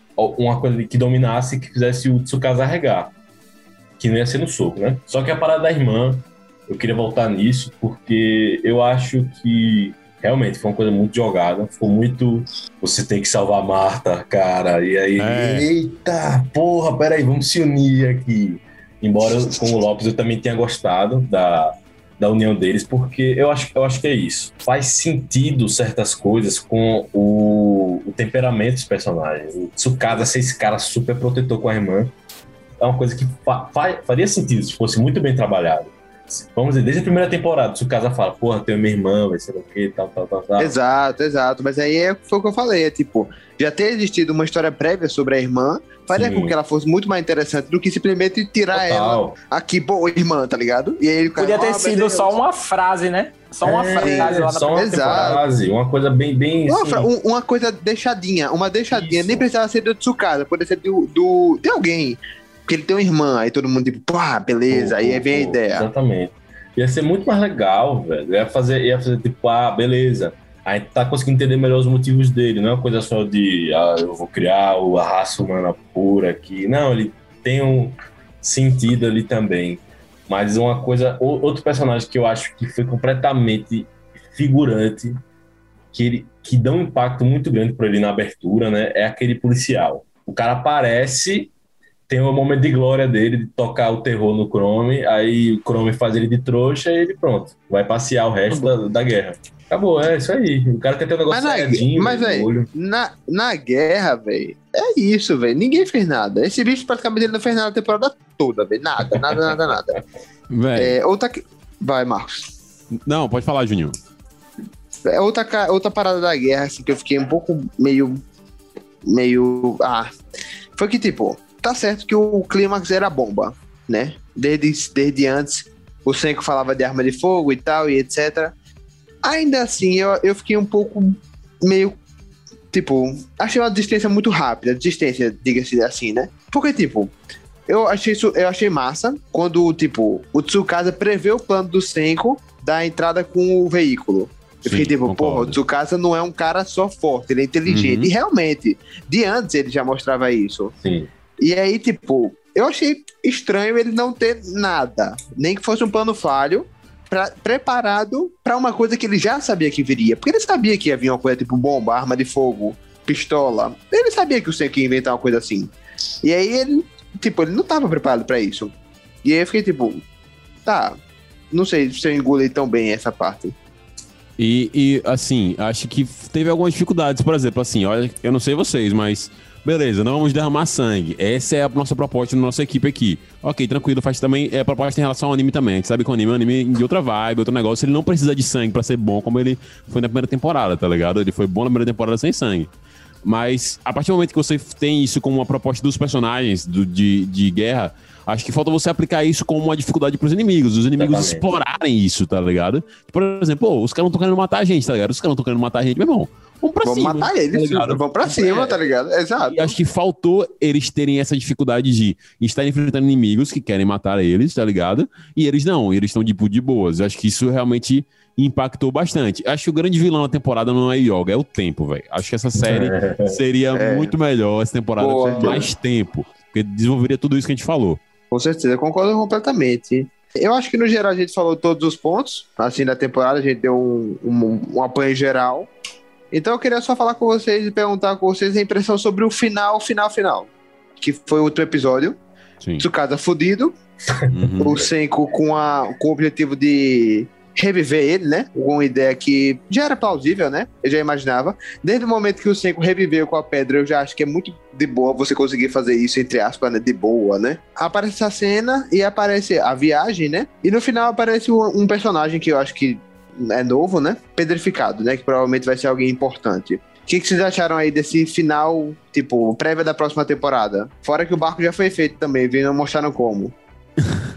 uma coisa que dominasse e que fizesse o Tsukasa arregar. Que não ia ser no soco, né? Só que a parada da irmã, eu queria voltar nisso, porque eu acho que realmente foi uma coisa muito jogada, ficou muito... Você tem que salvar a Marta, cara, e aí... É. Eita, porra, peraí, vamos se unir aqui. Embora com o Lopes eu também tenha gostado da, da união deles, porque eu acho, eu acho que é isso. Faz sentido certas coisas com o, o temperamento dos personagens. O Tsukasa ser esse cara super protetor com a irmã é uma coisa que fa, fa, faria sentido se fosse muito bem trabalhado. Vamos dizer, desde a primeira temporada, o Tsukasa fala, porra, tenho minha irmã, vai ser o quê, tal, tal, tal, tal. Exato, exato. Mas aí é, foi o que eu falei, é tipo, já ter existido uma história prévia sobre a irmã faria Sim. com que ela fosse muito mais interessante do que simplesmente tirar Total. ela aqui, pô, irmã, tá ligado? E aí o cara, Podia ter "Ah, meu sido Deus." só uma frase, né? Só uma É, frase lá na só uma Exato. frase, uma coisa bem, bem Uma, assim, fra- um- uma coisa deixadinha, uma deixadinha, Isso. nem precisava ser do Tsukasa, poderia ser do, do, de alguém. Porque ele tem uma irmã, aí todo mundo tipo, pá, beleza, pô, aí pô, vem a pô, ideia. Exatamente. Ia ser muito mais legal, velho. Ia fazer, ia fazer tipo, ah, beleza. A gente tá conseguindo entender melhor os motivos dele. Não é uma coisa só de, ah, eu vou criar a raça humana pura aqui. Não, ele tem um sentido ali também. Mas uma coisa, o- outro personagem que eu acho que foi completamente figurante, que, ele, que dá um impacto muito grande pra ele na abertura, né? É aquele policial. O cara aparece, tem um momento de glória dele, de tocar o terror no Chrome, aí o Chrome faz ele de trouxa e ele pronto, vai passear o resto da, da guerra. Acabou, é isso aí. O cara tem que ter um negócio Mas, na, saiadinho mas no velho, olho. na, na guerra, velho, é isso, velho. Ninguém fez nada. Esse bicho praticamente ele não fez nada a temporada toda, velho. Nada, nada, nada, nada. Véi. É, outra. que- Vai, Marcos. Não, pode falar, Juninho. É outra, ca- outra parada da guerra, assim, que eu fiquei um pouco meio. meio. Ah. Foi que, tipo, tá certo que o clímax era bomba, né? Desde, desde antes, o Senko falava de arma de fogo e tal, e etcétera. Ainda assim, eu, eu fiquei um pouco meio. Tipo, achei uma desistência muito rápida. Desistência, diga-se assim, né? Porque, tipo, eu achei isso, eu achei massa quando, tipo, o Tsukasa prevê o plano do Senko da entrada com o veículo. Eu fiquei Sim, tipo, concordo. porra, o Tsukasa não é um cara só forte, ele é inteligente. Uhum. E realmente, de antes ele já mostrava isso. Sim. E aí, tipo, eu achei estranho ele não ter nada. Nem que fosse um plano falho, pra, preparado pra uma coisa que ele já sabia que viria. Porque ele sabia que ia vir uma coisa tipo bomba, arma de fogo, pistola. Ele sabia que o Senko ia inventar uma coisa assim. E aí ele, tipo, ele não tava preparado pra isso. E aí eu fiquei tipo, tá, não sei se eu engoli tão bem essa parte. E, e, assim, acho que teve algumas dificuldades. Por exemplo, assim, olha, eu não sei vocês, mas beleza, não vamos derramar sangue. Essa é a nossa proposta da nossa equipe aqui. Ok, tranquilo, faz também. É a proposta em relação ao anime também. A gente sabe que o anime é um anime de outra vibe, outro negócio. Ele não precisa de sangue pra ser bom, como ele foi na primeira temporada, tá ligado? Ele foi bom na primeira temporada sem sangue. Mas a partir do momento que você tem isso como uma proposta dos personagens do, de, de guerra, acho que falta você aplicar isso como uma dificuldade pros inimigos. Os inimigos Exatamente. explorarem isso, tá ligado? Por exemplo, pô, os caras não estão querendo matar a gente, tá ligado? Os caras não estão querendo matar a gente, meu irmão. Vamos pra Vamos cima. matar tá eles, ligado? vamos pra cima, É. tá ligado? Exato. E acho que faltou eles terem essa dificuldade de estar enfrentando inimigos que querem matar eles, tá ligado? E eles não, eles estão tipo de boas. Eu acho que isso realmente impactou bastante. Acho que o grande vilão da temporada não é Yoga, é o tempo, velho. Acho que essa série seria É. muito melhor essa temporada Boa. com mais tempo, porque desenvolveria tudo isso que a gente falou. Com certeza, eu concordo completamente. Eu acho que no geral a gente falou todos os pontos, assim, da temporada, a gente deu um, um, um apanho geral. Então eu queria só falar com vocês e perguntar com vocês a impressão sobre o final, final, final. Que foi outro episódio. Sim. Tsukasa fudido, Uhum. o Senko com, a, com o objetivo de reviver ele, né? Com uma ideia que já era plausível, né? Eu já imaginava. Desde o momento que o Senko reviveu com a pedra, eu já acho que é muito de boa você conseguir fazer isso, entre aspas, né? De boa, né? Aparece essa cena e aparece a viagem, né? E no final aparece um, um personagem que eu acho que é novo, né? Pedrificado, né? Que provavelmente vai ser alguém importante. O que, que vocês acharam aí desse final, tipo, prévia da próxima temporada? Fora que o barco já foi feito também, vindo mostrando como.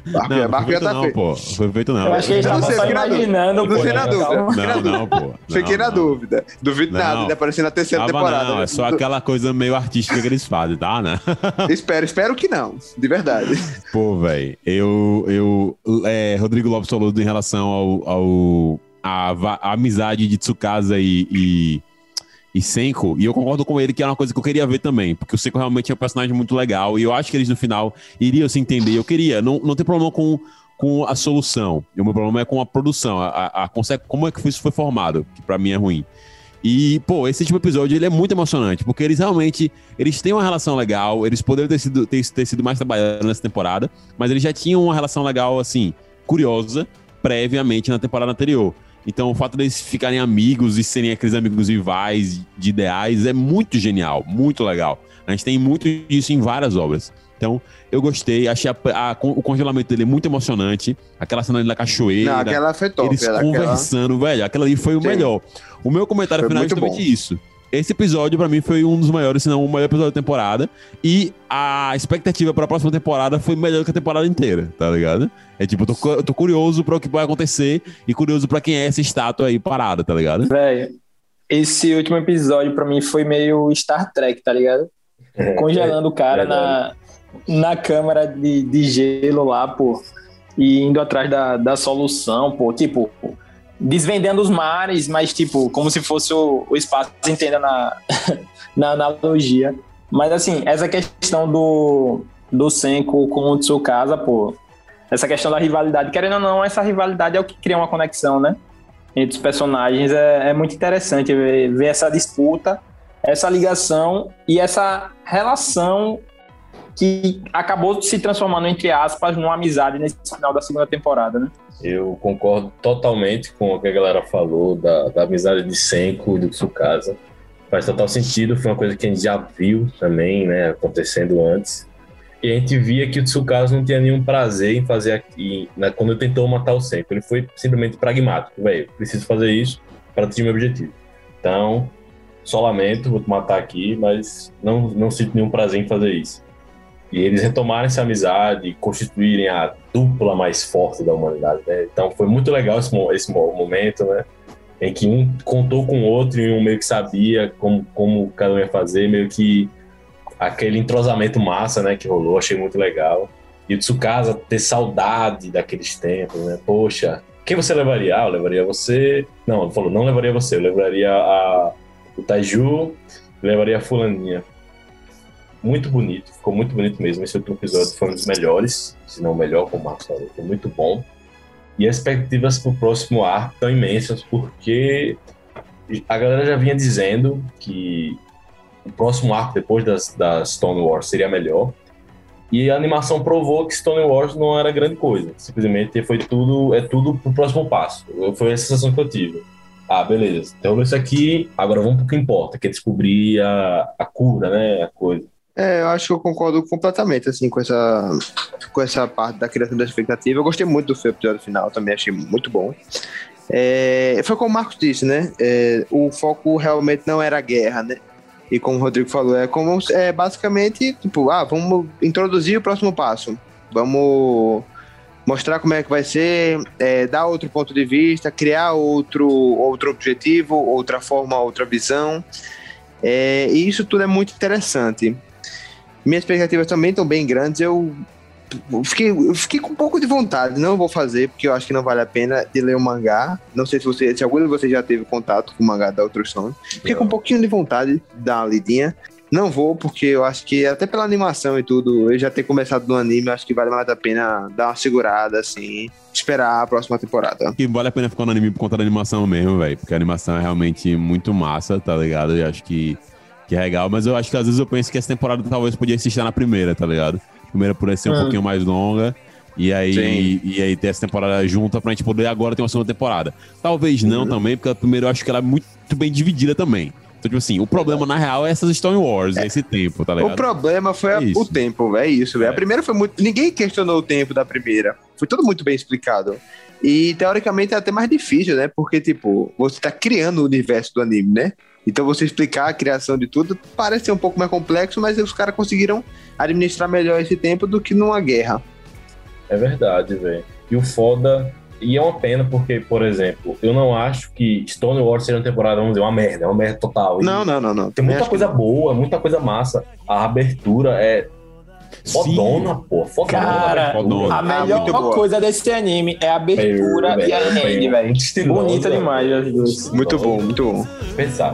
Barco, Não, barco foi já feito tá não, feito. pô. Foi feito não. Eu acho que eles Eu não estavam sei, só fiquei na dúvida. imaginando. Não pô, sei né? na dúvida. Calma. Não, não, pô. Fiquei Não, na não. dúvida. Duvido Não. nada de aparecer na terceira Tava temporada. não, é só aquela coisa meio artística que eles fazem, tá, né? Espero, espero que não. De verdade. Pô, velho, eu, eu é, Rodrigo Lopes falou em relação ao, ao a, va- a amizade de Tsukasa e, e, e Senko, e eu concordo com ele que é uma coisa que eu queria ver também, porque o Senko realmente é um personagem muito legal, e eu acho que eles no final iriam se entender. Eu queria, não, não tem problema com, com a solução, o meu problema é com a produção, a, a, a conce- como é que isso foi formado, que pra mim é ruim. E, pô, esse último episódio, ele é muito emocionante, porque eles realmente, eles têm uma relação legal, eles poderiam ter sido, ter, ter sido mais trabalhados nessa temporada, mas eles já tinham uma relação legal, assim, curiosa, previamente na temporada anterior. Então, o fato deles ficarem amigos e serem aqueles amigos rivais de ideais é muito genial, muito legal. A gente tem muito disso em várias obras. Então, eu gostei, achei a- a- o congelamento dele muito emocionante, aquela cena ali da cachoeira. Não, aquela foi top. Eles aquela- conversando, velho. Aquela ali foi o Sim. melhor. O meu comentário Foi final é muito justamente bom. isso. Esse episódio, pra mim, foi um dos maiores, se não o maior episódio da temporada. E a expectativa pra próxima temporada foi melhor que a temporada inteira, tá ligado? É tipo, eu tô, cu- eu tô curioso pra o que vai acontecer e curioso pra quem é essa estátua aí parada, tá ligado? Velho, esse último episódio pra mim foi meio Star Trek, tá ligado? Congelando o cara na, na câmara de, de gelo lá, pô, e indo atrás da, da solução, pô, tipo, desvendando os mares, mas tipo, como se fosse o, o espaço, entenda na, na analogia. Mas assim, essa questão do, do Senko com o Tsukasa, pô, essa questão da rivalidade, querendo ou não, essa rivalidade é o que cria uma conexão, né? Entre os personagens, é, é muito interessante ver, ver essa disputa, essa ligação e essa relação que acabou se transformando, entre aspas, numa amizade nesse final da segunda temporada, né? Eu concordo totalmente com o que a galera falou da, da amizade de Senko e do Tsukasa. Faz total sentido, foi uma coisa que a gente já viu também, né, acontecendo antes. E a gente via que o Tsukasa não tinha nenhum prazer em fazer aqui, né, quando ele tentou matar o Senko. Ele foi simplesmente pragmático, velho, preciso fazer isso para atingir meu objetivo. Então, só lamento, vou te matar aqui, mas não, não sinto nenhum prazer em fazer isso. E eles retomarem essa amizade e constituírem a dupla mais forte da humanidade, né? Então foi muito legal esse, esse momento, né? Em que um contou com o outro e um meio que sabia como, como cada um ia fazer, meio que aquele entrosamento massa, né, que rolou, achei muito legal. E o Tsukasa ter saudade daqueles tempos, né? Poxa, quem você levaria? Ah, eu levaria você... Não, ele falou, não levaria você, eu levaria a, o Taiju, levaria a fulaninha. Muito bonito, ficou muito bonito mesmo. Esse último episódio foi um dos melhores, se não o melhor, como o Marcos falou, foi muito bom. E as expectativas pro próximo arco estão imensas, porque a galera já vinha dizendo que o próximo arco, depois das, das Stone Wars, seria melhor. E a animação provou que Stone Wars não era grande coisa. Simplesmente foi tudo, é tudo pro próximo passo. Foi a sensação que eu tive. Ah, beleza, então isso aqui, agora vamos pro que importa, que é descobrir a, a cura, né, a coisa. É, eu acho que eu concordo completamente, assim, com essa, com essa parte da criação da expectativa. Eu gostei muito do seu episódio final, também achei muito bom. É, foi como o Marcos disse, né? É, o foco realmente não era a guerra, né? E como o Rodrigo falou, é como é basicamente, tipo, ah, vamos introduzir o próximo passo. Vamos mostrar como é que vai ser, é, dar outro ponto de vista, criar outro, outro objetivo, outra forma, outra visão. É, e isso tudo é muito interessante. Minhas expectativas também estão bem grandes. Eu fiquei, eu fiquei com um pouco de vontade. Não vou fazer, porque eu acho que não vale a pena de ler o mangá. Não sei se, você, se algum de vocês já teve contato com o mangá da Outer Stone. Fiquei com um pouquinho de vontade de dar uma lidinha. Não vou, porque eu acho que até pela animação e tudo, eu já ter começado no anime, eu acho que vale mais a pena dar uma segurada, assim, esperar a próxima temporada. Que vale a pena ficar no anime por conta da animação mesmo, velho. Porque a animação é realmente muito massa, tá ligado? Eu acho que, que é legal. Mas eu acho que às vezes eu penso que essa temporada talvez podia se estar na primeira, tá ligado? A primeira por ser um Hum. pouquinho mais longa. E aí, Sim. e aí ter essa temporada junta pra gente poder agora ter uma segunda temporada. Talvez não também, porque a primeira eu acho que ela é muito bem dividida também. Então, tipo assim, o problema na real é essas Stone Wars, é esse tempo, tá ligado? O problema foi a- É isso. o tempo, é isso, velho. É. A primeira foi muito. Ninguém questionou o tempo da primeira. Foi tudo muito bem explicado. E teoricamente é até mais difícil, né? Porque, tipo, você tá criando o universo do anime, né? Então você explicar a criação de tudo parece ser um pouco mais complexo, mas os caras conseguiram administrar melhor esse tempo do que numa guerra. É verdade, velho. E o foda... E é uma pena porque, por exemplo, eu não acho que Stonewall seja uma temporada, vamos dizer, uma merda. É uma merda total. E Não, não, não, não. tem muita coisa boa, muita coisa massa. A abertura é fodona, pô. Fodona. Cara, Fodona. a Ah, melhor muito boa. coisa desse anime é a abertura Velho, e a velho, end, velho. muito estilosa, Bonita demais as duas. Muito bom, muito bom. Pensado.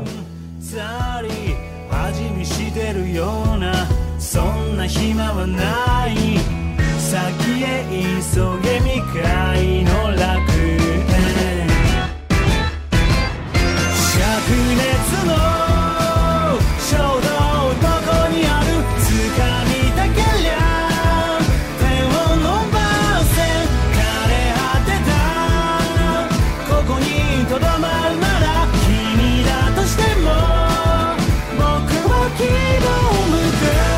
味見してるようなそんな暇はない先へ急げ未開の楽園灼熱の衝動どこにある掴みたけりゃ手を伸ばせ枯れ果てたここにとどまるなら君だとしても僕は希望を向く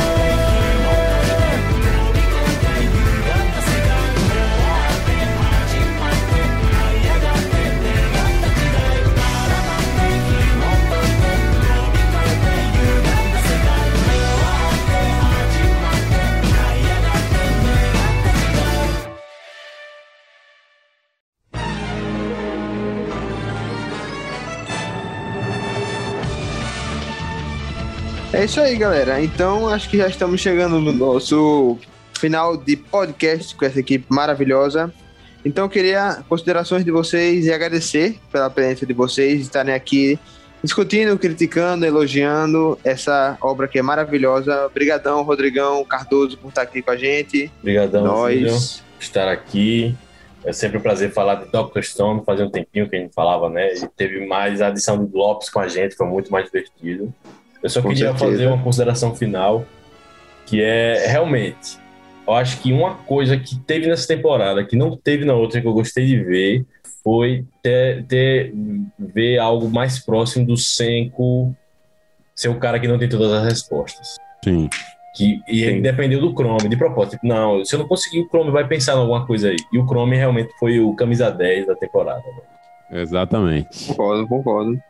É isso aí, galera. Então, acho que já estamos chegando no nosso final de podcast com essa equipe maravilhosa. Então, eu queria considerações de vocês e agradecer pela presença de vocês, estarem aqui discutindo, criticando, elogiando essa obra que é maravilhosa. Obrigadão, Rodrigão Cardoso, por estar aqui com a gente. Obrigadão, Nós. filho, por estar aqui. É sempre um prazer falar de doutor Stone. Fazia um tempinho que a gente falava, né? E teve mais a adição do Lopes com a gente, foi muito mais divertido. Eu só Com queria certeza. fazer uma consideração final, que é, realmente, eu acho que uma coisa que teve nessa temporada, que não teve na outra, que eu gostei de ver, foi ter, ter ver algo mais próximo do Senko ser o cara que não tem todas as respostas. Sim. Que, e ele Sim. dependeu do Chrome, de propósito. Tipo, não, se eu não conseguir, o Chrome vai pensar em alguma coisa aí. E o Chrome realmente foi o camisa dez da temporada. Né? Exatamente. Concordo, concordo.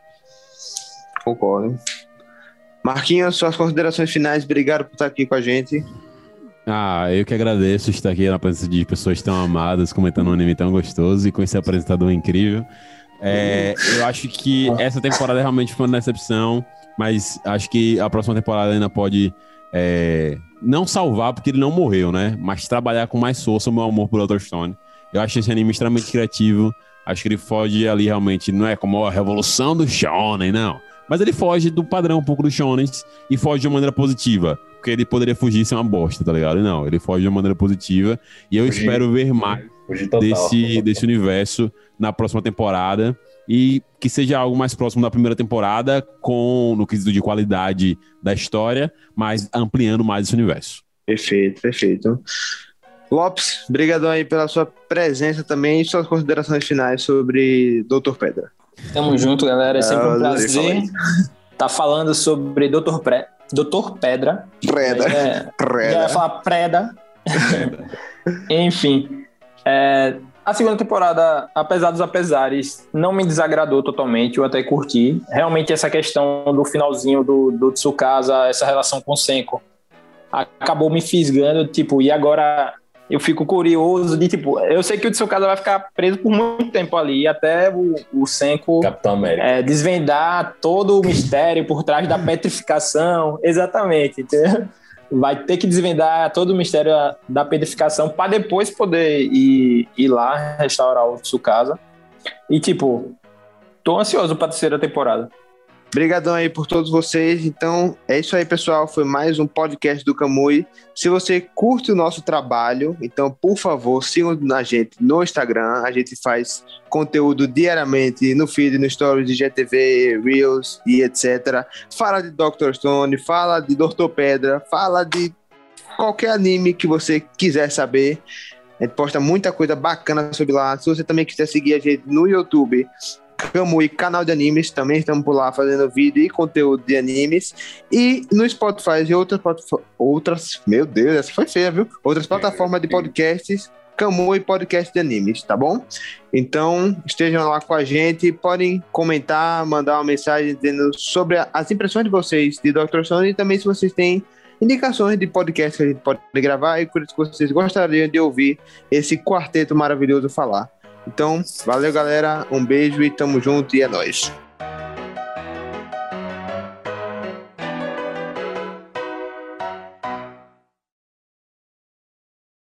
Concordo. Marquinhos, suas considerações finais. Obrigado por estar aqui com a gente. Ah, eu que agradeço estar aqui na presença de pessoas tão amadas, comentando um anime tão gostoso e com esse apresentador incrível. É, eu acho que essa temporada realmente foi uma decepção, mas acho que a próxima temporada ainda pode é, não salvar, porque ele não morreu, né? Mas trabalhar com mais força o meu amor por doutor Stone. Eu acho esse anime extremamente criativo. Acho que ele foge ali realmente, não é como a revolução do shonen, não. Mas ele foge do padrão um pouco dos shonens e foge de uma maneira positiva. Porque ele poderia fugir sem uma bosta, tá ligado? Não, ele foge de uma maneira positiva. E eu Fugir. espero ver mais Fugir total. desse, desse universo na próxima temporada. E que seja algo mais próximo da primeira temporada, com no quesito de qualidade da história, mas ampliando mais esse universo. Perfeito, perfeito. Lopes, brigadão aí pela sua presença também e suas considerações finais sobre doutor Pedra. Tamo junto, galera. É sempre Ah, um adorei falar prazer isso. estar falando sobre doutor Pre... doutor Pedra. Preda. É, já ia Preda. falar Preda. Enfim. é, a segunda temporada, apesar dos apesares, não me desagradou totalmente. Eu até curti. Realmente essa questão do finalzinho do, do Tsukasa, essa relação com o Senko, acabou me fisgando. Tipo, e agora... Eu fico curioso de, tipo, eu sei que o Tsukasa vai ficar preso por muito tempo ali, até o, o Senko Capitão América. é, desvendar todo o mistério por trás da petrificação. Exatamente, entendeu? Vai ter que desvendar todo o mistério da petrificação para depois poder ir, ir lá restaurar o Tsukasa. E, tipo, tô ansioso para a terceira temporada. Obrigadão aí por todos vocês. Então, é isso aí, pessoal. Foi mais um podcast do Kamui. Se você curte o nosso trabalho, então, por favor, sigam a gente no Instagram. A gente faz conteúdo diariamente no feed, no stories de G T V, Reels e etcétera. Fala de doutor Stone, fala de doutor Pedra, fala de qualquer anime que você quiser saber. A gente posta muita coisa bacana sobre lá. Se você também quiser seguir a gente no YouTube, Kamui, canal de animes, também estamos por lá fazendo vídeo e conteúdo de animes. E no Spotify e outras, outras meu Deus, essa foi feia, viu? Outras plataformas de podcasts, Kamui Podcast de Animes, tá bom? Então, estejam lá com a gente, podem comentar, mandar uma mensagem dizendo sobre as impressões de vocês de doutor Stone e também se vocês têm indicações de podcast que a gente pode gravar e coisas que vocês gostariam de ouvir esse quarteto maravilhoso falar. Então, valeu, galera. Um beijo e tamo junto e é nóis.